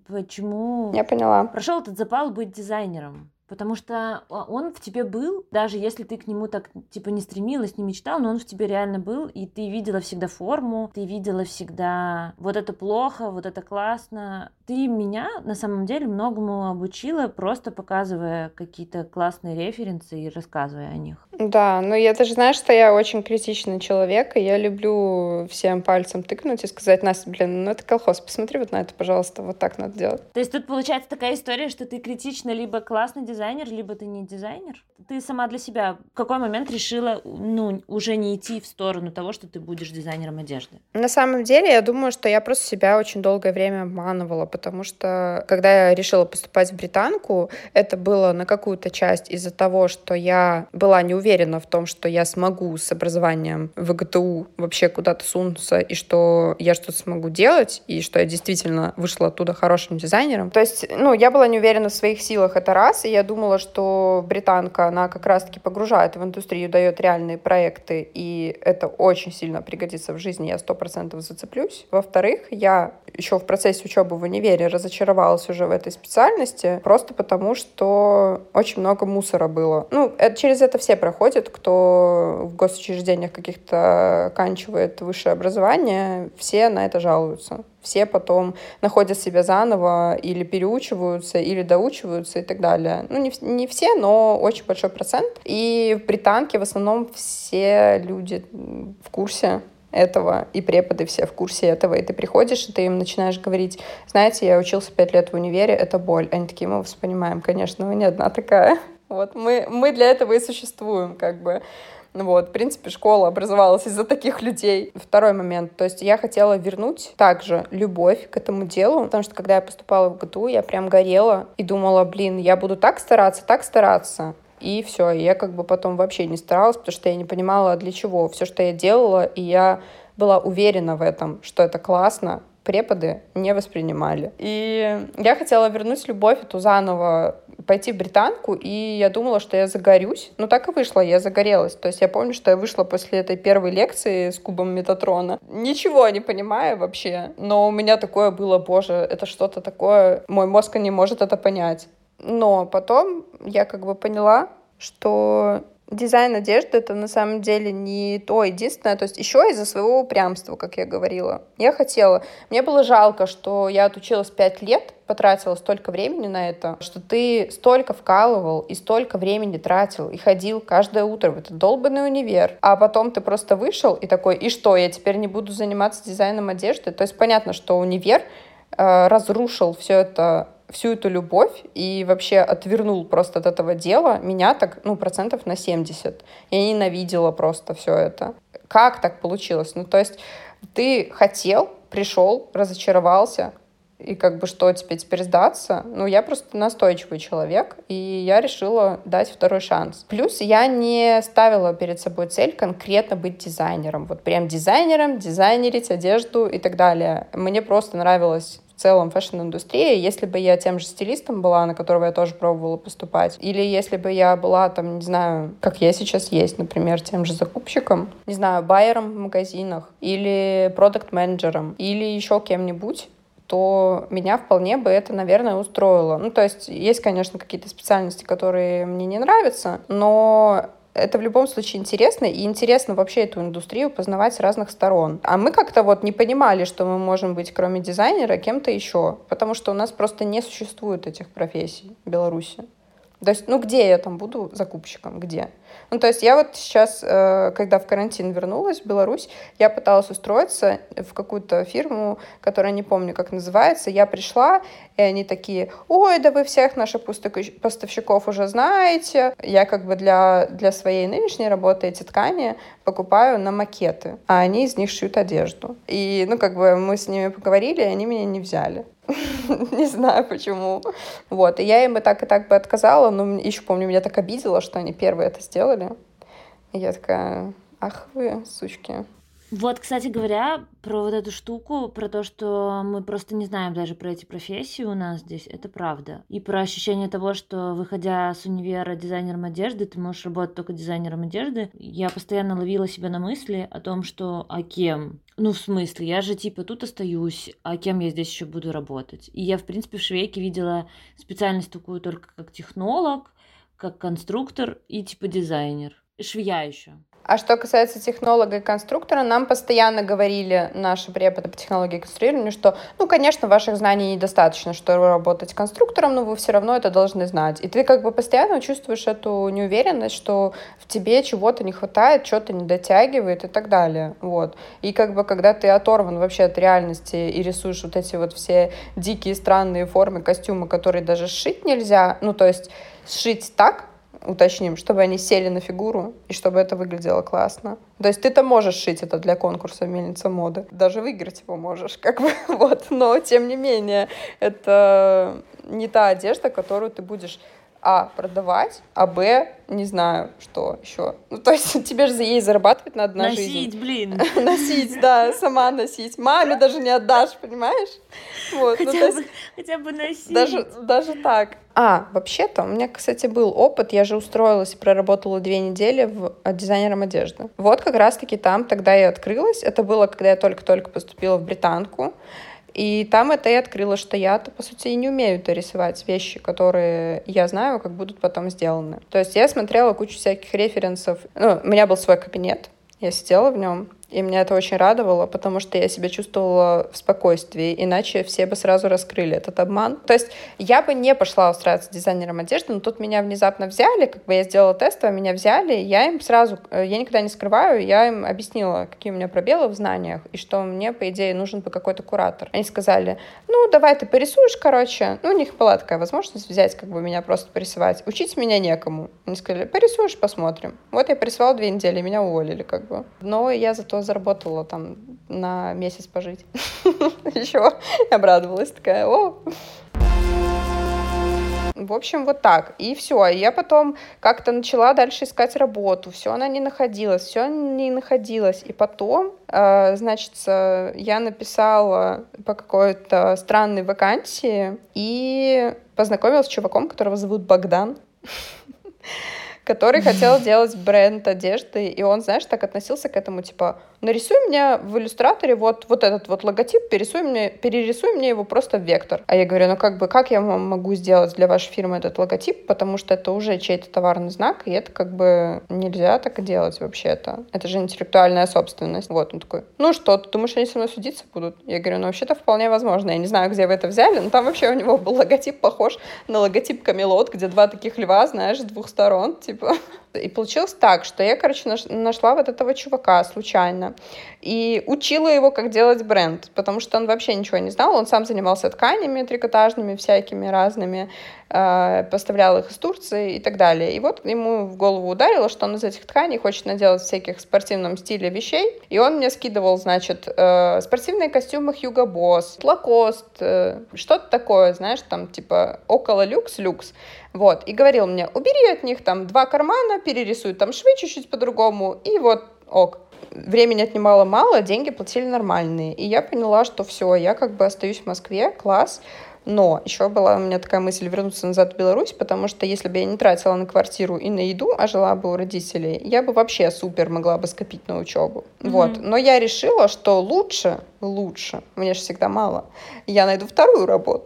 почему Я поняла. прошел этот запал быть дизайнером. Потому что он в тебе был, даже если ты к нему так, типа, не стремилась, не мечтала, но он в тебе реально был, и ты видела всегда форму, ты видела всегда вот это плохо, вот это классно. Ты меня, на самом деле, многому обучила, просто показывая какие-то классные референсы и рассказывая о них. Да, но я даже знаю, что я очень критичный человек, и я люблю всем пальцем тыкнуть и сказать: Настя, блин, ну это колхоз, посмотри вот на это, пожалуйста, вот так надо делать. То есть тут получается такая история, что ты критично либо классный дизайнер, либо ты не дизайнер. Ты сама для себя в какой момент решила, уже не идти в сторону того, что ты будешь дизайнером одежды? На самом деле, я думаю, что я просто себя очень долгое время обманывала, потому что, когда я решила поступать в британку, это было на какую-то часть из-за того, что я была не уверена в том, что я смогу с образованием в ГТУ вообще куда-то сунуться, и что я что-то смогу делать, и что я действительно вышла оттуда хорошим дизайнером. То есть, я была не уверена в своих силах, это раз, и я думала, что британка, она как раз-таки погружает в индустрию, дает реальные проекты, и это очень сильно пригодится в жизни, я 100% зацеплюсь. Во-вторых, я еще в процессе учебы в универе разочаровалась уже в этой специальности, просто потому, что очень много мусора было. Через это все проходят, кто в госучреждениях каких-то оканчивает высшее образование, все на это жалуются. Все потом находят себя заново или переучиваются, или доучиваются и так далее. Не все, но очень большой процент. И в британке в основном все люди в курсе этого, и преподы все в курсе этого, и ты приходишь, и ты им начинаешь говорить: знаете, я учился 5 лет в универе, это боль. Они такие: мы вас понимаем, конечно, вы не одна такая. Вот, мы для этого и существуем, как бы. В принципе, школа образовалась из-за таких людей. Второй момент. То есть я хотела вернуть также любовь к этому делу, потому что когда я поступала в ГТУ, я прям горела и думала: блин, я буду так стараться. И все, я как бы потом вообще не старалась, потому что я не понимала, для чего. Все, что я делала, и я была уверена в этом, что это классно, преподы не воспринимали. И я хотела вернуть любовь эту заново, пойти в британку, и я думала, что я загорюсь. Так и вышло, я загорелась. То есть я помню, что я вышла после этой первой лекции с кубом Метатрона. Ничего не понимаю вообще, но у меня такое было: боже, это что-то такое, мой мозг не может это понять. Но потом я как бы поняла, что дизайн одежды — это на самом деле не то единственное. То есть еще из-за своего упрямства, как я говорила. Я хотела. Мне было жалко, что я отучилась 5 лет, потратила столько времени на это, что ты столько вкалывал и столько времени тратил, и ходил каждое утро в этот долбанный универ. А потом ты просто вышел и такой: и что, я теперь не буду заниматься дизайном одежды? То есть понятно, что универ разрушил всю эту любовь и вообще отвернул просто от этого дела меня так, процентов на 70. Я ненавидела просто все это. Как так получилось? То есть ты хотел, пришел, разочаровался, и как бы что, теперь сдаться? Я просто настойчивый человек, и я решила дать второй шанс. Плюс я не ставила перед собой цель конкретно быть дизайнером. Вот прям дизайнером, дизайнерить одежду и так далее. Мне просто нравилось в целом фэшн-индустрия. Если бы я тем же стилистом была, на которого я тоже пробовала поступать, или если бы я была там, не знаю, как я сейчас есть, например, тем же закупщиком, не знаю, байером в магазинах, или продакт-менеджером, или еще кем-нибудь, то меня вполне бы это, наверное, устроило. То есть, конечно, какие-то специальности, которые мне не нравятся, но это в любом случае интересно, и интересно вообще эту индустрию познавать с разных сторон. А мы как-то не понимали, что мы можем быть, кроме дизайнера, кем-то еще, потому что у нас просто не существует этих профессий в Беларуси. То есть, где я там буду закупщиком, где? То есть я сейчас, когда в карантин вернулась в Беларусь, я пыталась устроиться в какую-то фирму, которая, не помню, как называется. Я пришла, и они такие: ой, да вы всех наших поставщиков уже знаете. Я как бы для своей нынешней работы эти ткани покупаю на макеты, а они из них шьют одежду. И, мы с ними поговорили, и они меня не взяли. Не знаю почему. И я им и так бы отказала, но еще помню, меня так обидело, что они первые это сделали. И я такая: ах вы, сучки. Вот, кстати говоря, про вот эту штуку, про то, что мы просто не знаем даже про эти профессии у нас здесь, это правда. И про ощущение того, что, выходя с универа дизайнером одежды, ты можешь работать только дизайнером одежды. Я постоянно ловила себя на мысли о том, что а кем? Ну, в смысле, я же типа тут остаюсь, а кем я здесь еще буду работать? И я, в принципе, в швейке видела специальность такую только как технолог, как конструктор и типа дизайнер. И швея еще. А что касается технолога и конструктора, нам постоянно говорили наши преподы по технологии и конструированию, что, ну, конечно, ваших знаний недостаточно, чтобы работать конструктором, но вы все равно это должны знать. И ты как бы постоянно чувствуешь эту неуверенность, что в тебе чего-то не хватает, что-то не дотягивает и так далее. Вот. И как бы когда ты оторван вообще от реальности и рисуешь вот эти вот все дикие странные формы, костюмы, которые даже сшить нельзя, ну, то есть сшить так, уточним, чтобы они сели на фигуру и чтобы это выглядело классно. То есть ты-то можешь шить это для конкурса «Мельница моды». Даже выиграть его можешь, как бы, вот. Но, тем не менее, это не та одежда, которую ты будешь продавать, не знаю, что еще. Ну, то есть тебе же ей зарабатывать надо на жизнь. Носить, блин. Носить, да, сама носить. Маме даже не отдашь, понимаешь? Вот. Хотя бы носить. Даже так. Вообще-то, у меня, кстати, был опыт. Я же устроилась и проработала 2 недели дизайнером одежды. Вот как раз-таки там тогда и открылась. Это было, когда я только-только поступила в британку. И там это и открыло, что я-то, по сути, и не умею-то рисовать вещи, которые я знаю, как будут потом сделаны. То есть я смотрела кучу всяких референсов. Ну, у меня был свой кабинет, я сидела в нем, и меня это очень радовало, потому что я себя чувствовала в спокойствии, иначе все бы сразу раскрыли этот обман. То есть я бы не пошла устраиваться дизайнером одежды, но тут меня внезапно взяли, как бы я сделала тест, а меня взяли, я им сразу, я никогда не скрываю, я им объяснила, какие у меня пробелы в знаниях, и что мне, по идее, нужен бы какой-то куратор. Они сказали, ну, давай ты порисуешь, короче. Ну, у них была такая возможность взять, как бы меня просто порисовать. Учить меня некому. Они сказали, порисуешь, посмотрим. Вот я порисовала 2 недели, меня уволили, как бы. Но я зато заработала там на месяц пожить. Еще обрадовалась такая, В общем, вот так. И все. И я потом как-то начала дальше искать работу. Все она не находилась. И потом, значит, я написала по какой-то странной вакансии и познакомилась с чуваком, которого зовут Богдан, который хотел делать бренд одежды, и он, знаешь, так относился к этому, типа, нарисуй мне в иллюстраторе вот этот вот логотип, перерисуй мне его просто в вектор. А я говорю, ну как бы, как я могу сделать для вашей фирмы этот логотип, потому что это уже чей-то товарный знак, и это как бы нельзя так и делать вообще-то. Это же интеллектуальная собственность. Вот, он такой, ну что, ты думаешь, они со мной судиться будут? Я говорю, ну вообще-то вполне возможно. Я не знаю, где вы это взяли, но там вообще у него был логотип похож на логотип Камелот, где 2 таких льва, знаешь, с 2 сторон, типа. И получилось так, что я, короче, нашла вот этого чувака случайно и учила его, как делать бренд, потому что он вообще ничего не знал, он сам занимался тканями трикотажными всякими разными, поставлял их из Турции и так далее. И вот ему в голову ударило, что он из этих тканей хочет наделать всяких в спортивном стиле вещей, и он мне скидывал, значит, спортивные костюмы Hugo Boss, Lacoste, что-то такое, знаешь, там типа около люкс. Вот, и говорил мне, убери от них там 2 кармана, перерисуй там швы чуть-чуть по-другому, и вот ок. Времени отнимало мало, деньги платили нормальные. И я поняла, что все, я как бы остаюсь в Москве, класс. Но еще была у меня такая мысль вернуться назад в Беларусь, потому что если бы я не тратила на квартиру и на еду, а жила бы у родителей, я бы вообще супер могла бы скопить на учебу. Вот. Но я решила, что лучше, мне же всегда мало, я найду 2-ю работу.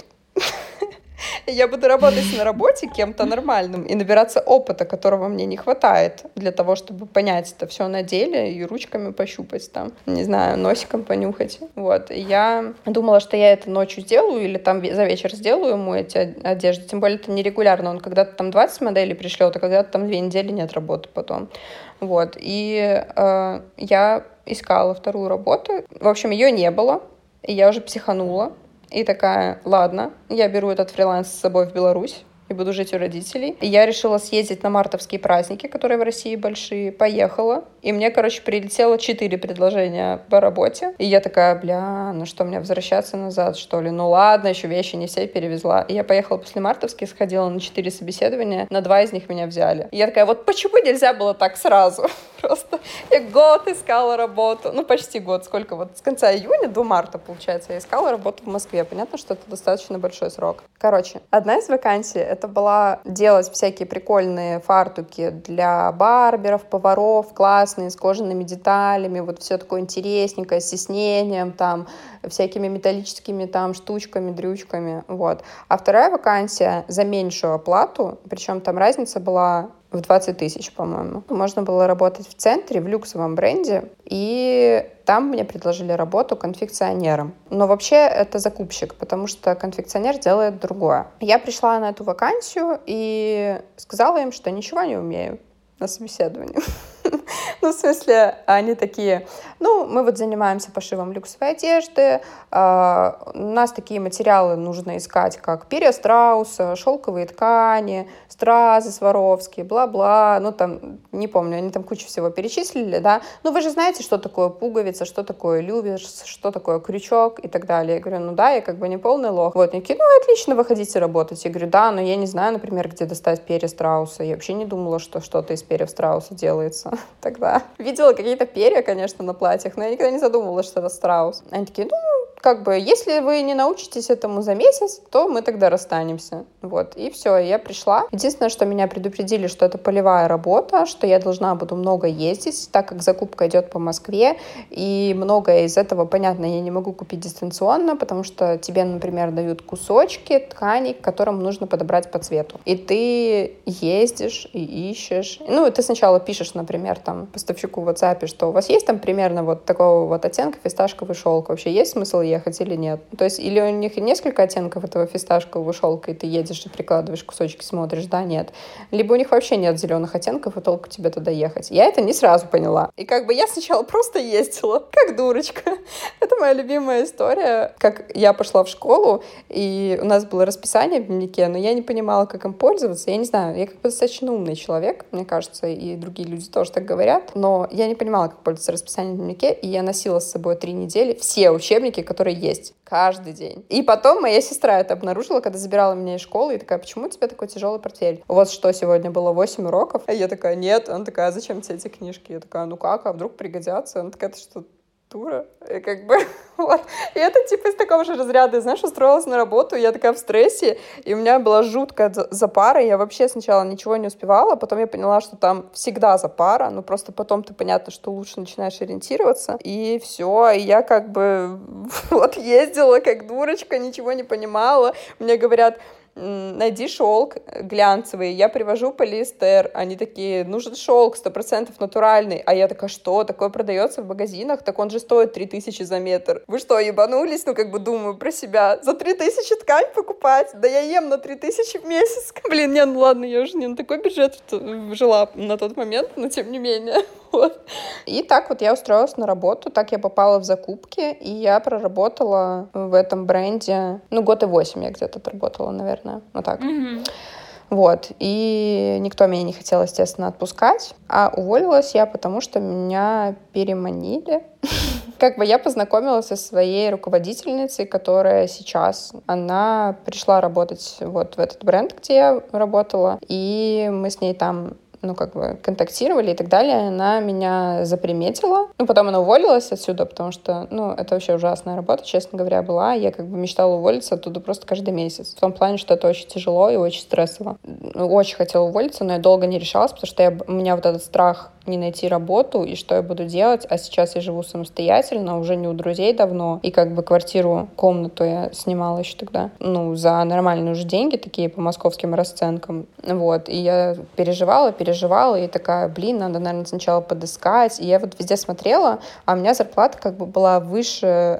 Я буду работать на работе кем-то нормальным и набираться опыта, которого мне не хватает для того, чтобы понять это все на деле и ручками пощупать там, не знаю, носиком понюхать. Вот. И я думала, что я это ночью сделаю или там за вечер сделаю ему эти одежды. Тем более это нерегулярно. Он когда-то там 20 моделей пришлет, а когда-то там 2 недели нет работы потом. Вот. И я искала 2-ю работу. В общем, ее не было. И я уже психанула. И такая, ладно, я беру этот фриланс с собой в Беларусь и буду жить у родителей. И я решила съездить на мартовские праздники, которые в России большие. Поехала. И мне, короче, прилетело 4 предложения по работе. И я такая, ну что, мне возвращаться назад, что ли? Ну ладно, еще вещи не все перевезла. И я поехала после мартовских, сходила на 4 собеседования. На 2 из них меня взяли. И я такая, вот почему нельзя было так сразу? Просто я год искала работу. Ну, почти год. Сколько? Вот с конца июня до марта, получается, я искала работу в Москве. Понятно, что это достаточно большой срок. Короче, одна из вакансий — Это была делать всякие прикольные фартуки для барберов, поваров, классные, с кожаными деталями, вот все такое интересненькое, с тиснением, там, всякими металлическими там штучками, дрючками, вот. А вторая вакансия за меньшую оплату, причем там разница была в 20 тысяч, по-моему. Можно было работать в центре, в люксовом бренде, и там мне предложили работу конфекционером. Но вообще это закупщик, потому что конфекционер делает другое. Я пришла на эту вакансию и сказала им, что ничего не умею на собеседовании. Ну, в смысле, они такие, мы вот занимаемся пошивом люксовой одежды, у нас такие материалы нужно искать, как перья страуса, шелковые ткани, стразы сваровские, бла-бла, там, не помню, они там кучу всего перечислили, да, вы же знаете, что такое пуговица, что такое люверс, что такое крючок и так далее. Я говорю, да, я как бы не полный лох. Вот, они такие, отлично, вы хотите работать. Я говорю, да, но я не знаю, например, где достать перья страуса. Я вообще не думала, что что-то из перьев страуса делается тогда. Видела какие-то перья, конечно, на платьях, но я никогда не задумывалась, что это страус. Они такие, если вы не научитесь этому за месяц, то мы тогда расстанемся. Вот, и все, я пришла. Единственное, что меня предупредили, что это полевая работа, что я должна буду много ездить, так как закупка идет по Москве, и многое из этого, понятно, я не могу купить дистанционно, потому что тебе, например, дают кусочки тканей, к которым нужно подобрать по цвету. И ты ездишь и ищешь. И ты сначала пишешь, например, там, поставщику в WhatsApp, что у вас есть там примерно вот такого вот оттенка фисташковый шелк. Вообще есть смысл ехать или нет? То есть или у них несколько оттенков этого фисташкового шелка, и ты едешь и прикладываешь кусочки, смотришь, да, нет. Либо у них вообще нет зеленых оттенков, и толку тебе туда ехать. Я это не сразу поняла. И я сначала просто ездила, как дурочка. Это моя любимая история. Как я пошла в школу, и у нас было расписание в дневнике, но я не понимала, как им пользоваться. Я не знаю, я достаточно умный человек, мне кажется, и другие люди тоже так говорят, но я не понимала, как пользоваться расписанием в дневнике, и я носила с собой 3 недели все учебники, которые есть, каждый день. И потом моя сестра это обнаружила, когда забирала меня из школы, и такая, почему у тебя такой тяжелый портфель? У вас что, сегодня было 8 уроков? А я такая, нет. Она такая, а зачем тебе эти книжки? Я такая, а вдруг пригодятся? Она такая, ты что, дура? И вот. И это из такого же разряда, знаешь, устроилась на работу, я такая в стрессе, и у меня была жуткая запара, я вообще сначала ничего не успевала, потом я поняла, что там всегда запара, просто потом ты, понятно, что лучше начинаешь ориентироваться, и все, и я ездила как дурочка, ничего не понимала, мне говорят, найди шелк глянцевый, я привожу полиэстер, они такие, нужен шелк 100% натуральный, а я такая, что, такое продается в магазинах, так он же стоит 3000 за метр. Вы что, ебанулись? Думаю про себя, за 3000 ткань покупать? Да я ем на 3000 в месяц. Блин, ладно, я уже не на такой бюджет жила на тот момент, но тем не менее. Вот. И так я устроилась на работу, так я попала в закупки, и я проработала в этом бренде, 1 год и 8 я где-то отработала, наверное, вот так. Mm-hmm. Вот, и никто меня не хотел, естественно, отпускать, а уволилась я, потому что меня переманили. Я познакомилась со своей руководительницей, которая сейчас, она пришла работать в этот бренд, где я работала, и мы с ней там контактировали и так далее, она меня заприметила. Потом она уволилась отсюда, потому что, это вообще ужасная работа, честно говоря, была. Я мечтала уволиться оттуда просто каждый месяц. В том плане, что это очень тяжело и очень стрессово. Очень хотела уволиться, но я долго не решалась, потому что у меня этот страх не найти работу, и что я буду делать. А сейчас я живу самостоятельно, уже не у друзей давно, и квартиру, комнату я снимала еще тогда, за нормальные уже деньги, такие по московским расценкам. Вот, и я переживала, и такая, надо, наверное, сначала подыскать. И я везде смотрела, а у меня зарплата была выше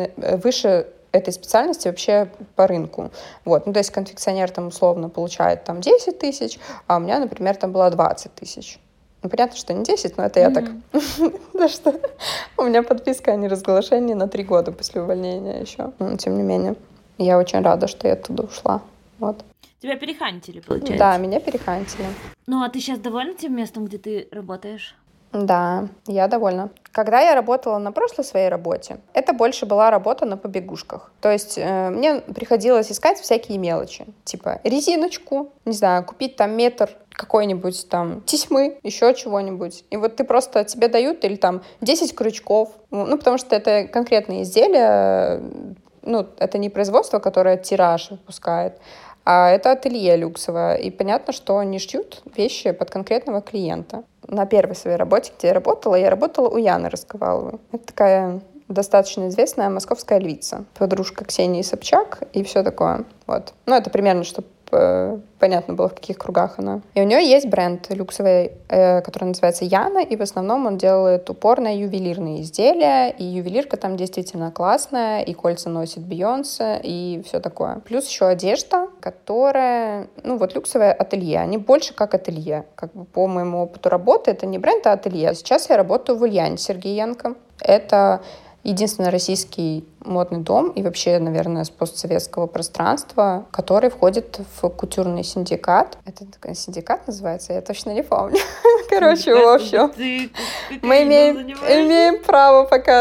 этой специальности вообще по рынку. Вот. То есть конфекционер условно получает 10 тысяч, а у меня, например, была 20 тысяч. Понятно, что не 10, но это я так. Потому что у меня подписка о неразглашении на 3 года после увольнения еще. Но тем не менее, я очень рада, что я оттуда ушла. Вот. Тебя перехантили, получается? Да, меня перехантили. А ты сейчас довольна тем местом, где ты работаешь? Да, я довольна. Когда я работала на прошлой своей работе, это больше была работа на побегушках. То есть мне приходилось искать всякие мелочи. Типа резиночку, не знаю, купить метр какой-нибудь тесьмы, еще чего-нибудь. И ты просто, тебе дают или 10 крючков. Потому что это конкретные изделия, это не производство, которое тираж выпускает, А это ателье люксовое. И понятно, что они шьют вещи под конкретного клиента. На первой своей работе, где я работала у Яны Расковаловой. Это такая достаточно известная московская львица. Подружка Ксении Собчак и все такое. Вот. Ну, это примерно, чтобы понятно было, в каких кругах она. И у нее есть бренд люксовый, который называется Яна, и в основном он делает упор на ювелирные изделия, и ювелирка там действительно классная, и кольца носит Бейонсе, и все такое. Плюс еще одежда, которая, ну вот люксовое ателье, они больше как ателье. Как бы по моему опыту работы, это не бренд, а ателье. Сейчас я работаю в Ульяне Сергеенко. Это единственный российский модный дом и вообще, наверное, с постсоветского пространства, который входит в кутюрный синдикат. Это такой синдикат называется? Я точно не помню. Короче, в общем, мы имеем право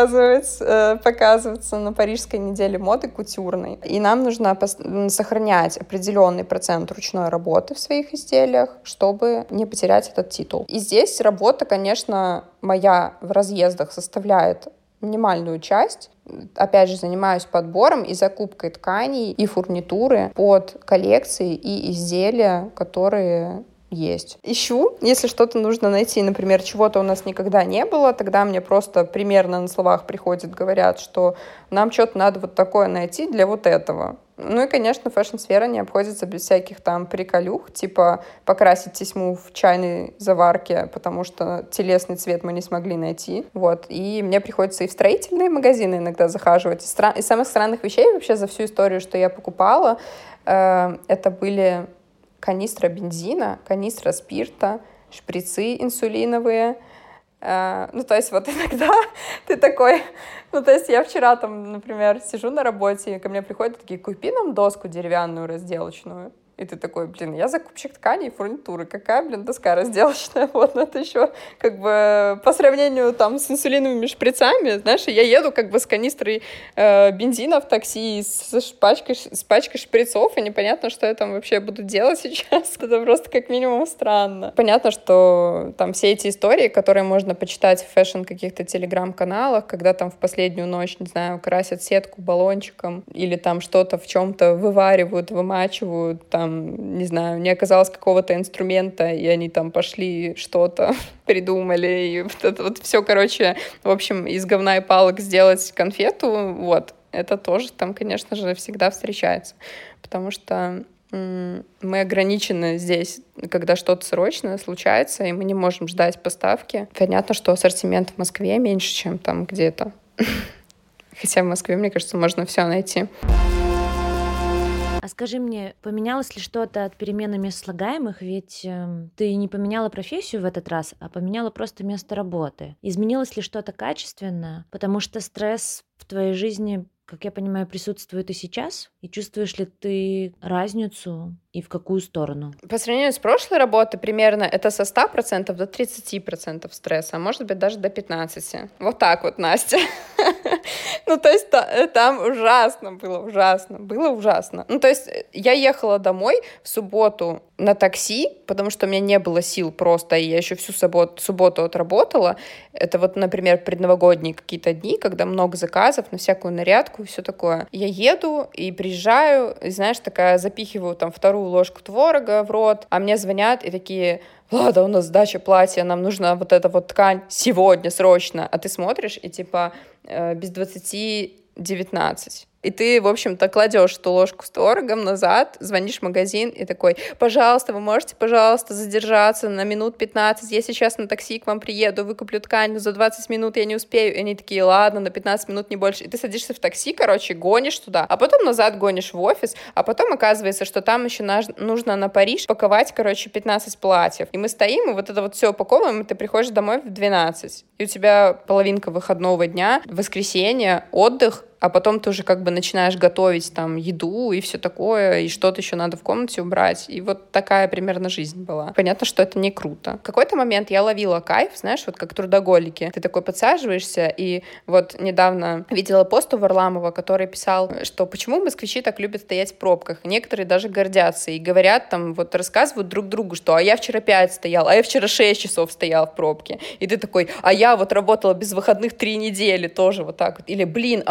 показываться на Парижской неделе моды кутюрной. И нам нужно сохранять определенный процент ручной работы в своих изделиях, чтобы не потерять этот титул. И здесь работа, конечно, моя в разъездах составляет минимальную часть. Опять же, занимаюсь подбором и закупкой тканей и фурнитуры под коллекции и изделия, которые есть. Ищу, если что-то нужно найти, например, чего-то у нас никогда не было, тогда мне просто примерно на словах приходят, говорят, что нам что-то надо вот такое найти для вот этого. Ну и, конечно, фэшн-сфера не обходится без всяких там приколюх, типа покрасить тесьму в чайной заварке, потому что телесный цвет мы не смогли найти. Вот. И мне приходится и в строительные магазины иногда захаживать. Из самых странных вещей вообще за всю историю, что я покупала, это были канистра бензина, канистра спирта, шприцы инсулиновые. Ну, то есть вот иногда ты такой... Ну, то есть я вчера там, например, сижу на работе, и ко мне приходят такие: купи нам доску деревянную разделочную. И ты такой: блин, я закупщик тканей и фурнитуры. Какая, блин, доска разделочная? Вот, но это еще как бы по сравнению там с инсулиновыми шприцами, знаешь, я еду как бы с канистрой бензина в такси, с пачкой шприцов, и непонятно, что я там вообще буду делать сейчас. Это просто как минимум странно. Понятно, что там все эти истории, которые можно почитать в фэшн каких-то телеграм-каналах, когда там в последнюю ночь, не знаю, красят сетку баллончиком или там что-то в чем-то вываривают, вымачивают, там, не знаю, не оказалось какого-то инструмента, и они там пошли что-то придумали, и вот это вот все, короче, в общем, из говна и палок сделать конфету, вот, это тоже там, конечно же, всегда встречается, потому что мы ограничены здесь, когда что-то срочно случается, и мы не можем ждать поставки. Понятно, что ассортимент в Москве меньше, чем там где-то. Хотя в Москве, мне кажется, можно все найти. А скажи мне, поменялось ли что-то от перемены мест слагаемых? Ведь ты не поменяла профессию в этот раз, а поменяла просто место работы. Изменилось ли что-то качественно? Потому что стресс в твоей жизни, как я понимаю, присутствует и сейчас? И чувствуешь ли ты разницу и в какую сторону? По сравнению с прошлой работой примерно это со 100% до 30% стресса, а может быть даже до 15%. Вот так вот, Настя. Ну, то есть там ужасно было, ужасно. Ну, то есть я ехала домой в субботу на такси, потому что у меня не было сил просто, и я еще всю субботу отработала. Это вот, например, предновогодние какие-то дни, когда много заказов на всякую нарядку и все такое. Я еду и приезжаю, и, знаешь, такая запихиваю там вторую ложку творога в рот, а мне звонят и такие: Влада, у нас сдача платья, нам нужна вот эта вот ткань сегодня, срочно. А ты смотришь, и типа без 20:19. И ты, в общем-то, кладешь эту ложку с творогом назад, звонишь в магазин и такой: пожалуйста, вы можете, пожалуйста, задержаться на минут 15, я сейчас на такси к вам приеду, выкуплю ткань, но за 20 минут я не успею. И они такие: ладно, на 15 минут, не больше. И ты садишься в такси, короче, гонишь туда, а потом назад гонишь в офис, а потом оказывается, что там еще нужно на Париж паковать, короче, 15 платьев. И мы стоим, и вот это вот все упаковываем, и ты приходишь домой в 12. И у тебя половинка выходного дня, воскресенье, отдых, а потом ты уже как бы начинаешь готовить там еду и все такое, и что-то еще надо в комнате убрать. И вот такая примерно жизнь была. Понятно, что это не круто. В какой-то момент я ловила кайф, знаешь, вот как трудоголики. Ты такой подсаживаешься, и вот недавно видела пост у Варламова, который писал, что почему москвичи так любят стоять в пробках. Некоторые даже гордятся и говорят там, вот рассказывают друг другу, что: а я вчера 5 стоял, а я вчера 6 часов стоял в пробке. И ты такой: а я вот работала без выходных 3 недели тоже вот так вот. Или: блин, а вот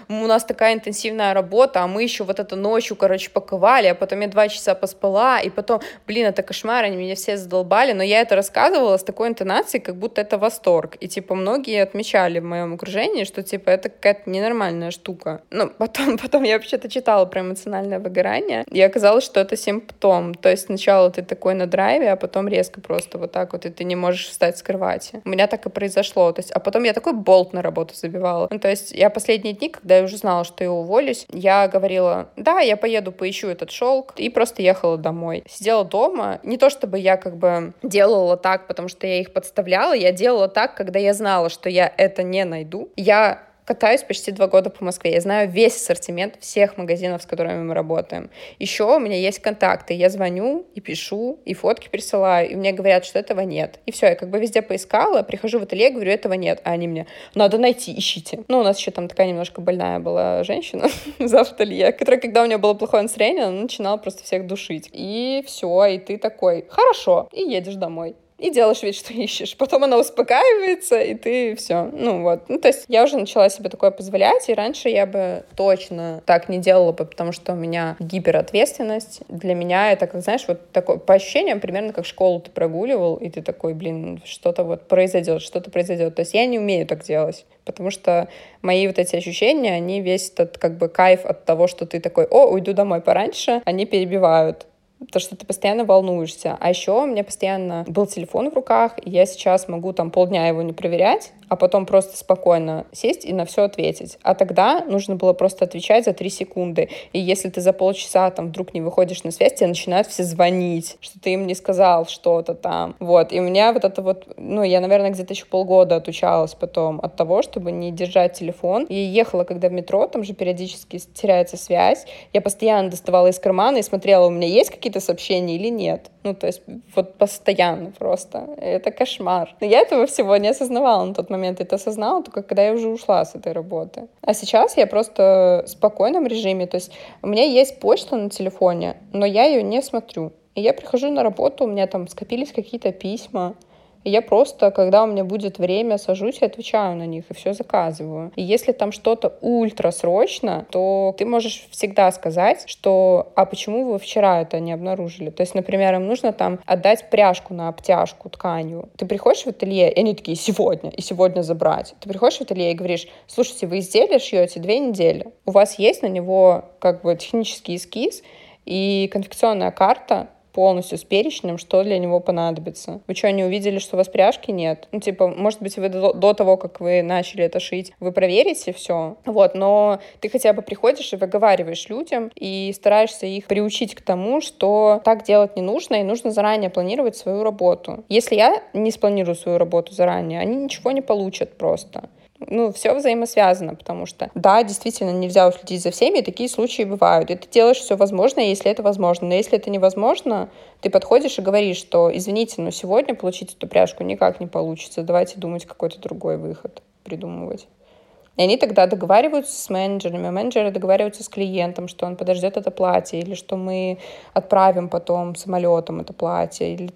у нас такая интенсивная работа, а мы еще вот это ночью, паковали, а потом я 2 часа поспала, и потом, это кошмар, они меня все задолбали, но я это рассказывала с такой интонацией, как будто это восторг, и, многие отмечали в моем окружении, что, это какая-то ненормальная штука. Потом я вообще-то читала про эмоциональное выгорание, и оказалось, что это симптом, то есть сначала ты такой на драйве, а потом резко просто вот так вот, и ты не можешь встать с кровати. У меня так и произошло, то есть, а потом я такой болт на работу забивала. То есть я последние дни, когда я уже знала, что я уволюсь, я говорила, да, я поеду поищу этот шелк, и просто ехала домой. Сидела дома, не то чтобы я делала так, потому что я их подставляла, я делала так, когда я знала, что я это не найду. Я катаюсь почти 2 года по Москве. Я знаю весь ассортимент всех магазинов, с которыми мы работаем. Еще у меня есть контакты. Я звоню и пишу, и фотки присылаю, и мне говорят, что этого нет. И все, я везде поискала, прихожу в ателье, говорю, этого нет. А они мне, надо найти, ищите. У нас еще там такая немножко больная была женщина в ателье, которая, когда у нее было плохое настроение, она начинала просто всех душить. И все, и ты такой, хорошо, и едешь домой. И делаешь вид, что ищешь. Потом она успокаивается, и ты все. То есть я уже начала себе такое позволять, и раньше я бы точно так не делала бы, потому что у меня гиперответственность. Для меня это, вот такое, по ощущениям, примерно как школу ты прогуливал, и ты такой, что-то произойдет, что-то произойдет. То есть я не умею так делать, потому что мои вот эти ощущения, они весь этот кайф от того, что ты такой, уйду домой пораньше, они перебивают. То, что ты постоянно волнуешься. А еще у меня постоянно был телефон в руках, и я сейчас могу полдня его не проверять, а потом просто спокойно сесть и на все ответить. А тогда нужно было просто отвечать за 3 секунды. И если ты за полчаса вдруг не выходишь на связь, тебе начинают все звонить, что ты им не сказал что-то там. И у меня я, наверное, где-то еще полгода отучалась потом от того, чтобы не держать телефон. И ехала, когда в метро, там же периодически теряется связь. Я постоянно доставала из кармана и смотрела, у меня есть какие-то сообщения или нет. То есть постоянно просто. Это кошмар. Но я этого всего не осознавала на тот момент. Это осознала только когда я уже ушла с этой работы. А сейчас я просто в спокойном режиме. То есть у меня есть почта на телефоне, но я ее не смотрю. И я прихожу на работу, у меня там скопились какие-то письма. И я просто, когда у меня будет время, сажусь и отвечаю на них, и все заказываю. И если там что-то ультрасрочно, то ты можешь всегда сказать, что «а почему вы вчера это не обнаружили?» То есть, например, им нужно отдать пряжку на обтяжку тканью. Ты приходишь в ателье, и они такие и сегодня забрать. Ты приходишь в ателье и говоришь, слушайте, вы изделие шьете 2 недели, у вас есть на него технический эскиз и конфекционная карта, полностью с перечнем, что для него понадобится. Вы что, не увидели, что у вас пряжки нет? Может быть, вы до того, как вы начали это шить, вы проверите все. Но ты хотя бы приходишь и выговариваешь людям и стараешься их приучить к тому, что так делать не нужно, и нужно заранее планировать свою работу. Если я не спланирую свою работу заранее, они ничего не получат просто. Все взаимосвязано, потому что, да, действительно, нельзя уследить за всеми, и такие случаи бывают. И ты делаешь все возможное, если это возможно. Но если это невозможно, ты подходишь и говоришь, что, извините, но сегодня получить эту пряжку никак не получится. Давайте думать какой-то другой выход, придумывать. И они тогда договариваются с менеджерами, а менеджеры договариваются с клиентом, что он подождет это платье, или что мы отправим потом самолетом это платье, или,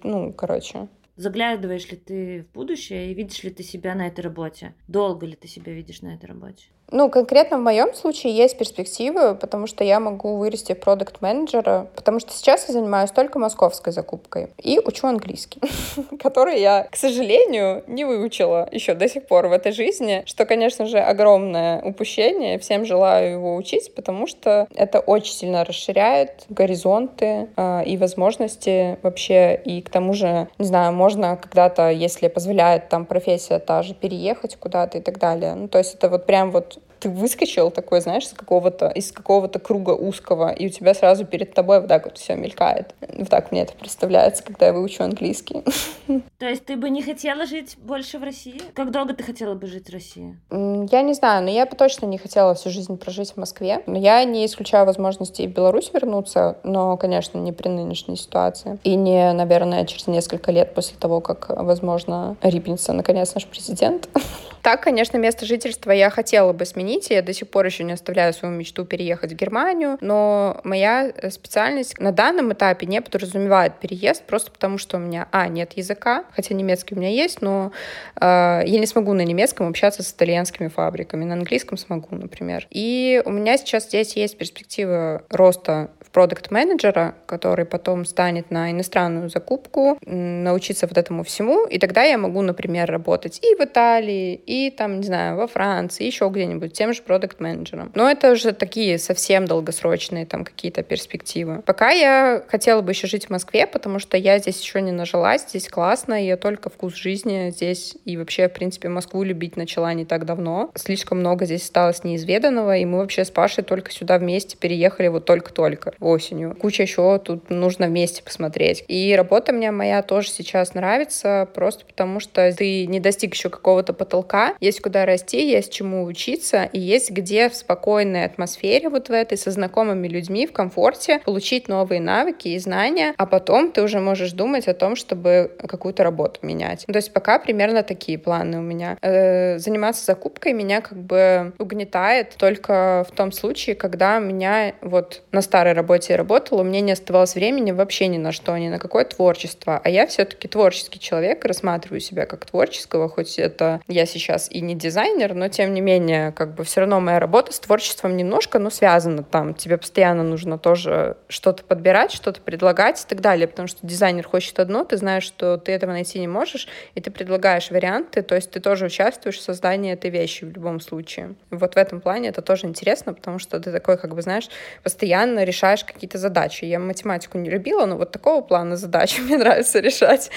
Заглядываешь ли ты в будущее и видишь ли ты себя на этой работе? Долго ли ты себя видишь на этой работе? Конкретно в моем случае есть перспективы, потому что я могу вырасти в продакт-менеджера, потому что сейчас я занимаюсь только московской закупкой и учу английский, который я, к сожалению, не выучила еще до сих пор в этой жизни, что, конечно же, огромное упущение. Всем желаю его учить, потому что это очень сильно расширяет горизонты и возможности вообще, и к тому же, не знаю, можно когда-то, если позволяет профессия та же, переехать куда-то и так далее. То есть это прям ты выскочил такой, знаешь, из какого-то круга узкого, и у тебя сразу перед тобой все мелькает. Так мне это представляется, когда я выучу английский. То есть ты бы не хотела жить больше в России? Как долго ты хотела бы жить в России? Я не знаю, но я бы точно не хотела всю жизнь прожить в Москве. Но я не исключаю возможности и в Беларусь вернуться, но, конечно, не при нынешней ситуации. И не, наверное, через несколько лет после того, как, возможно, рипнется, наконец, наш президент. Так, конечно, место жительства я хотела бы сменить «Извините, я до сих пор еще не оставляю свою мечту переехать в Германию, но моя специальность на данном этапе не подразумевает переезд, просто потому что у меня, нет языка, хотя немецкий у меня есть, но я не смогу на немецком общаться с итальянскими фабриками, на английском смогу, например. И у меня сейчас здесь есть перспектива роста в продакт-менеджера, который потом станет на иностранную закупку, научиться вот этому всему, и тогда я могу, например, работать и в Италии, и там, не знаю, во Франции, еще где-нибудь, тем же продакт-менеджером. Но это уже такие совсем долгосрочные там какие-то перспективы. Пока я хотела бы еще жить в Москве, потому что я здесь еще не нажилась, здесь классно, я только вкус жизни здесь, и вообще, в принципе, Москву любить начала не так давно. Слишком много здесь осталось неизведанного, и мы вообще с Пашей только сюда вместе переехали вот только-только осенью. Куча еще тут нужно вместе посмотреть. И работа мне моя тоже сейчас нравится, просто потому что ты не достиг еще какого-то потолка, есть куда расти, есть чему учиться, и есть где в спокойной атмосфере вот в этой, со знакомыми людьми, в комфорте, получить новые навыки и знания, а потом ты уже можешь думать о том, чтобы какую-то работу менять. То есть пока примерно такие планы у меня. Заниматься закупкой меня как бы угнетает только в том случае, когда меня вот на старой работе я работала, у меня не оставалось времени вообще ни на что, ни на какое творчество. А я все-таки творческий человек, рассматриваю себя как творческого, хоть это я сейчас и не дизайнер, но тем не менее, как бы все равно моя работа с творчеством немножко, связана там. Тебе постоянно нужно тоже что-то подбирать, что-то предлагать и так далее, потому что дизайнер хочет одно, ты знаешь, что ты этого найти не можешь, и ты предлагаешь варианты, то есть ты тоже участвуешь в создании этой вещи в любом случае. Вот в этом плане это тоже интересно, потому что ты такой, как бы, знаешь, постоянно решаешь какие-то задачи. Я математику не любила, но вот такого плана задачи мне нравится решать.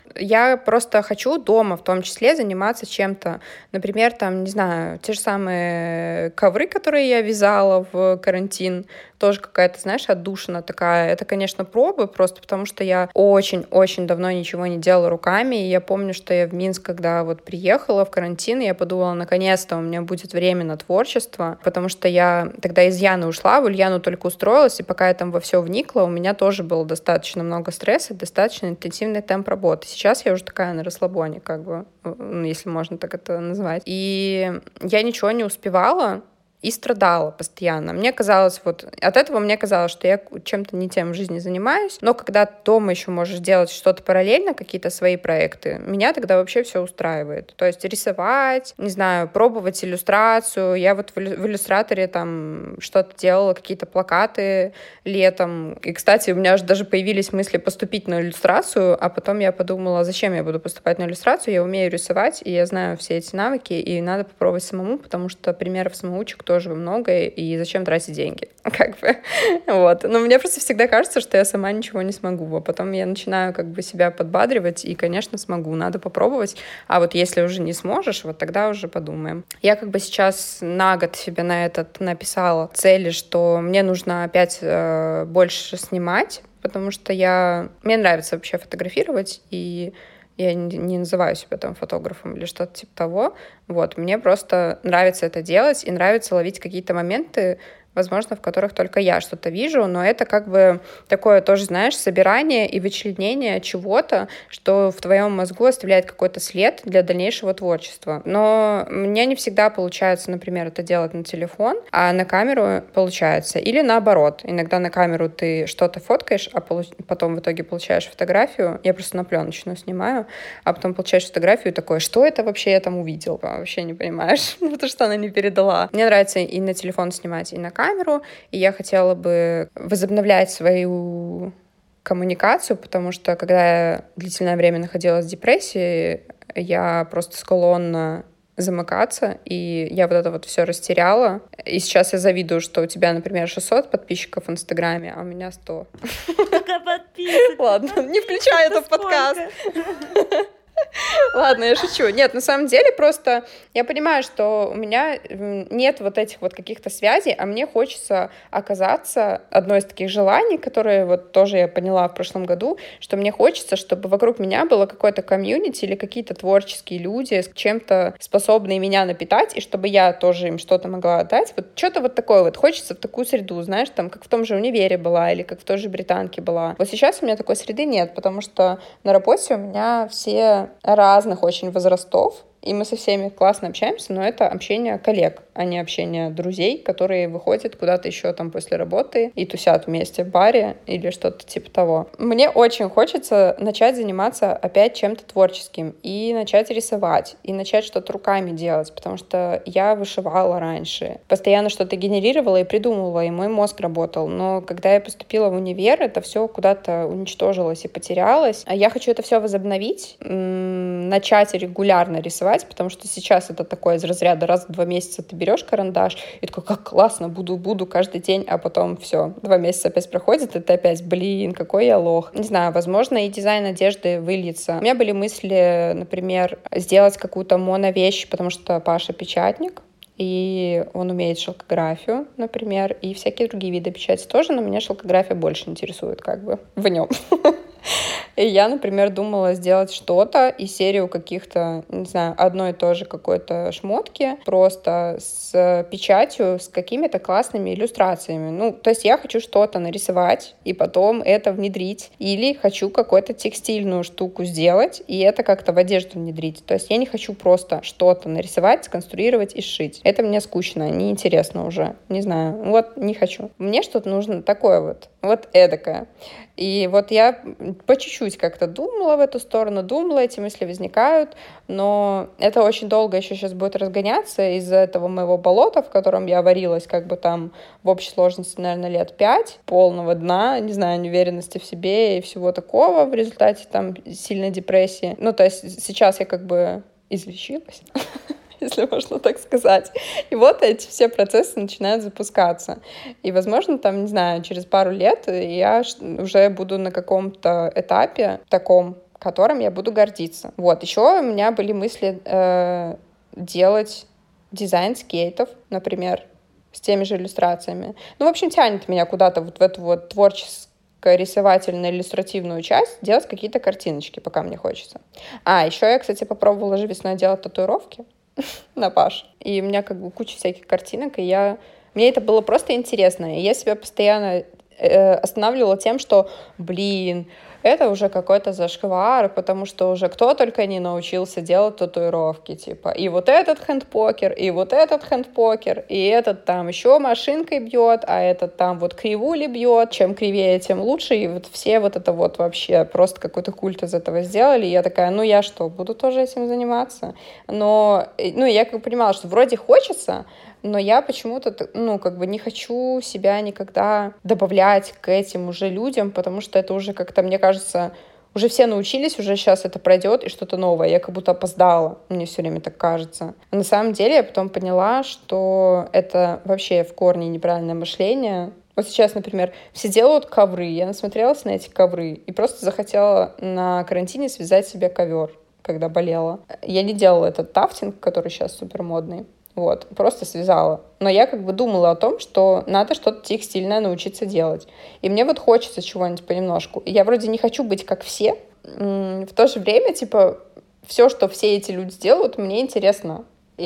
Я просто хочу дома в том числе заниматься чем-то. Например, там, не знаю, те же самые ковры, которые я вязала в карантин, тоже какая-то, знаешь, отдушина такая. Это, конечно, пробы, просто потому что я очень-очень давно ничего не делала руками. И я помню, что я в Минск, когда вот приехала в карантин, я подумала, наконец-то у меня будет время на творчество, потому что я тогда из Яны ушла, в Ульяну только устроилась, и пока я там во все вникла, у меня тоже было достаточно много стресса, достаточно интенсивный темп работы. Сейчас я уже такая на расслабоне, как бы, если можно так это назвать. И я ничего не успевала, и страдала постоянно. Мне казалось, от этого мне казалось, что я чем-то не тем в жизни занимаюсь, но когда дома еще можешь делать что-то параллельно, какие-то свои проекты, меня тогда вообще все устраивает. То есть рисовать, не знаю, пробовать иллюстрацию. Я вот в иллюстраторе там что-то делала, какие-то плакаты летом. И, кстати, у меня уже даже появились мысли поступить на иллюстрацию, а потом я подумала, зачем я буду поступать на иллюстрацию, я умею рисовать, и я знаю все эти навыки, и надо попробовать самому, потому что примеров самоучек тоже много, и зачем тратить деньги, как бы, вот. Но мне просто всегда кажется, что я сама ничего не смогу, а потом я начинаю как бы себя подбадривать, и, конечно, смогу, надо попробовать, а вот если уже не сможешь, вот тогда уже подумаем. Я как бы сейчас на год себе на этот написала цели, что мне нужно опять больше снимать, потому что мне нравится вообще фотографировать, и я не называю себя там фотографом или что-то типа того. Вот, мне просто нравится это делать и нравится ловить какие-то моменты, возможно, в которых только я что-то вижу, но это как бы такое тоже, знаешь, собирание и вычленение чего-то, что в твоем мозгу оставляет какой-то след для дальнейшего творчества. Но мне не всегда получается, например, это делать на телефон, а на камеру получается. Или наоборот. Иногда на камеру ты что-то фоткаешь, а потом в итоге получаешь фотографию. Я просто на пленочную снимаю, а потом получаешь фотографию и такое, что это вообще я там увидел? Вообще не понимаешь, потому что она не передала. Мне нравится и на телефон снимать, и на камеру, и я хотела бы возобновлять свою коммуникацию, потому что когда я длительное время находилась в депрессии, я просто склонна замыкаться, и я вот это вот все растеряла. И сейчас я завидую, что у тебя, например, 600 подписчиков в Инстаграме, а у меня 100. Сколько подписок? Ладно, не включай это в подкаст. Ладно, я шучу. Нет, на самом деле просто я понимаю, что у меня нет вот этих вот каких-то связей, а мне хочется оказаться одной из таких желаний, которые вот тоже я поняла в прошлом году, что мне хочется, чтобы вокруг меня было какое-то комьюнити или какие-то творческие люди, с чем-то способные меня напитать, и чтобы я тоже им что-то могла отдать. Вот что-то вот такое вот. Хочется в такую среду, знаешь, там, как в том же универе была или как в той же британке была. Вот сейчас у меня такой среды нет, потому что на работе у меня все разных очень возрастов, и мы со всеми классно общаемся, но это общение коллег, а не общение друзей, которые выходят куда-то еще там после работы и тусят вместе в баре или что-то типа того. Мне очень хочется начать заниматься опять чем-то творческим и начать рисовать, и начать что-то руками делать, потому что я вышивала раньше, постоянно что-то генерировала и придумывала, и мой мозг работал. Но когда я поступила в универ, это все куда-то уничтожилось и потерялось. А я хочу это все возобновить, начать регулярно рисовать, потому что сейчас это такое из разряда раз в 2 месяца ты берешь карандаш и такой, как классно, буду каждый день, а потом все, 2 месяца опять проходит, и ты опять, блин, какой я лох. Не знаю, возможно, и дизайн одежды выльется. У меня были мысли, например, сделать какую-то моновещь, потому что Паша печатник, и он умеет шелкографию, например, и всякие другие виды печати тоже, но меня шелкография больше интересует как бы в нем. И я, например, думала сделать что-то из серию каких-то, не знаю, одной и той же какой-то шмотки, просто с печатью, с какими-то классными иллюстрациями. Ну, то есть я хочу что-то нарисовать и потом это внедрить. Или хочу какую-то текстильную штуку сделать и это как-то в одежду внедрить. То есть я не хочу просто что-то нарисовать, сконструировать и сшить. Это мне скучно, неинтересно уже. Не знаю, вот не хочу. Мне что-то нужно такое вот эдакое. И вот я по чуть-чуть как-то думала в эту сторону, думала, эти мысли возникают, но это очень долго еще сейчас будет разгоняться из-за этого моего болота, в котором я варилась как бы там в общей сложности, наверное, лет 5, полного дна, не знаю, неуверенности в себе и всего такого в результате там сильной депрессии. Ну, то есть сейчас я как бы излечилась, если можно так сказать. И вот эти все процессы начинают запускаться. И, возможно, там, не знаю, через пару лет я уже буду на каком-то этапе таком, которым я буду гордиться. Вот. Еще у меня были мысли делать дизайн скейтов, например, с теми же иллюстрациями. Ну, в общем, тянет меня куда-то вот в эту вот рисовательно-иллюстративную часть, делать какие-то картиночки, пока мне хочется. А, еще я, кстати, попробовала же весной делать татуировки на Паш. И у меня как бы куча всяких картинок, и мне это было просто интересно. И я себя постоянно останавливала тем, что, блин, это уже какой-то зашквар, потому что уже кто только не научился делать татуировки, типа, и вот этот хэндпокер, и вот этот хэндпокер, и этот там еще машинкой бьет, а этот там вот кривули бьет, чем кривее, тем лучше, и вот все вот это вот вообще просто какой-то культ из этого сделали, и я такая, ну я что, буду тоже этим заниматься? Но, ну, я как бы понимала, что вроде хочется, но я почему-то, ну, как бы не хочу себя никогда добавлять к этим уже людям, потому что это уже как-то, мне кажется, уже все научились, уже сейчас это пройдет, и что-то новое. Я как будто опоздала, мне все время так кажется. А на самом деле я потом поняла, что это вообще в корне неправильное мышление. Вот сейчас, например, все делают ковры, я насмотрелась на эти ковры и просто захотела на карантине связать себе ковер, когда болела. Я не делала этот тафтинг, который сейчас супер модный. Вот, просто связала. Но я как бы думала о том, что надо что-то текстильное научиться делать. И мне вот хочется чего-нибудь понемножку. И я вроде не хочу быть как все. В то же время, типа, все, что все эти люди делают, мне интересно.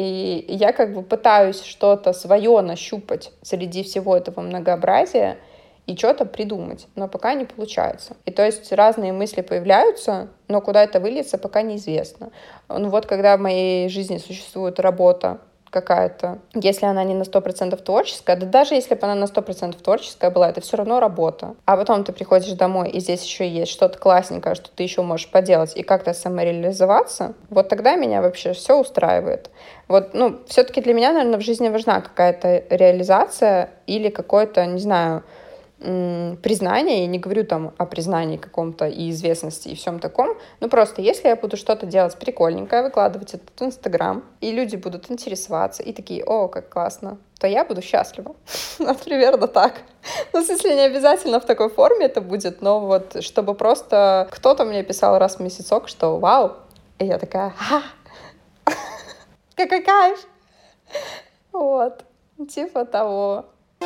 И я как бы пытаюсь что-то свое нащупать среди всего этого многообразия и что-то придумать, но пока не получается. И то есть разные мысли появляются, но куда это выльется, пока неизвестно. Ну вот когда в моей жизни существует работа какая-то, если она не на 100% творческая, да даже если бы она на 100% творческая была, это все равно работа. А потом ты приходишь домой, и здесь еще есть что-то классненькое, что ты еще можешь поделать и как-то самореализоваться, вот тогда меня вообще все устраивает. Вот, ну, все-таки для меня, наверное, в жизни важна какая-то реализация или какое-то, не знаю, признание, я не говорю там о признании каком-то и известности и всем таком, ну просто если я буду что-то делать прикольненькое, выкладывать это в Инстаграм, и люди будут интересоваться, и такие, о, как классно, то я буду счастлива. Ну, примерно так. Ну, в смысле, не обязательно в такой форме это будет, но вот чтобы просто кто-то мне писал раз в месяцок, что вау, и я такая, какой кайф! Вот, типа того.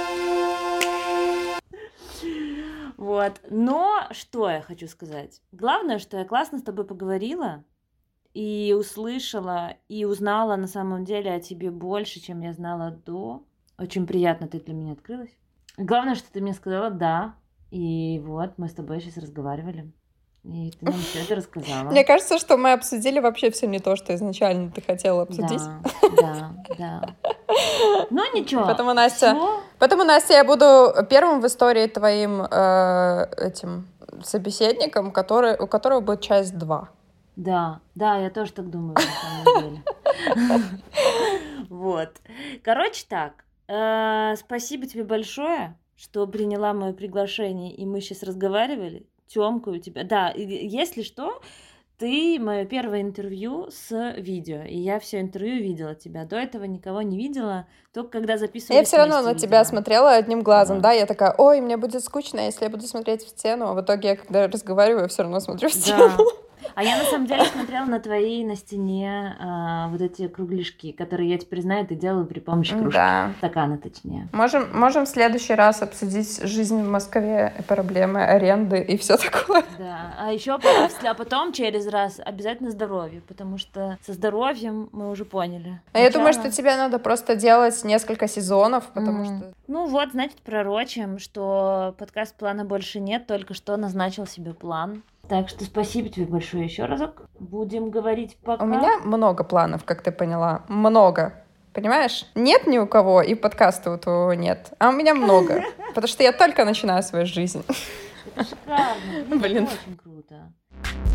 Вот. Но что я хочу сказать? Главное, что я классно с тобой поговорила и услышала, и узнала на самом деле о тебе больше, чем я знала до. Очень приятно ты для меня открылась. Главное, что ты мне сказала «да». И вот мы с тобой сейчас разговаривали. И ты нам все это рассказала. Мне кажется, что мы обсудили вообще все не то, что изначально ты хотела обсудить. Да. Ну ничего. Поэтому, Настя, я буду первым в истории твоим этим собеседником, у которого будет часть 2. Да, я тоже так думаю, на самом деле. Вот. Короче так, спасибо тебе большое, что приняла мое приглашение, и мы сейчас разговаривали. Тёмка у тебя. Да, если что, ты мое первое интервью с видео, и я все интервью видела тебя. До этого никого не видела, только когда записывали. Я все равно на тебя смотрела одним глазом, да, я такая, ой, мне будет скучно, если я буду смотреть в стену, а в итоге я, когда разговариваю, все равно смотрю в стену. Да. А я на самом деле смотрела на твои на стене вот эти кругляшки, которые я теперь знаю, ты делаю при помощи кружки. Да. Стакана, точнее. Можем в следующий раз обсудить жизнь в Москве, проблемы аренды и все такое. Да. А потом через раз обязательно здоровье, потому что со здоровьем мы уже поняли. А я думаю, что тебе надо просто делать несколько сезонов, потому что... Ну вот, значит, пророчим, что подкаст «Плана больше нет», только что назначил себе план. Так что спасибо тебе большое еще разок. Будем говорить пока. У меня много планов, как ты поняла. Много. Понимаешь? Нет ни у кого, и подкаста у твоего нет. А у меня много. Потому что я только начинаю свою жизнь. Это шикарно. Блин. Очень круто.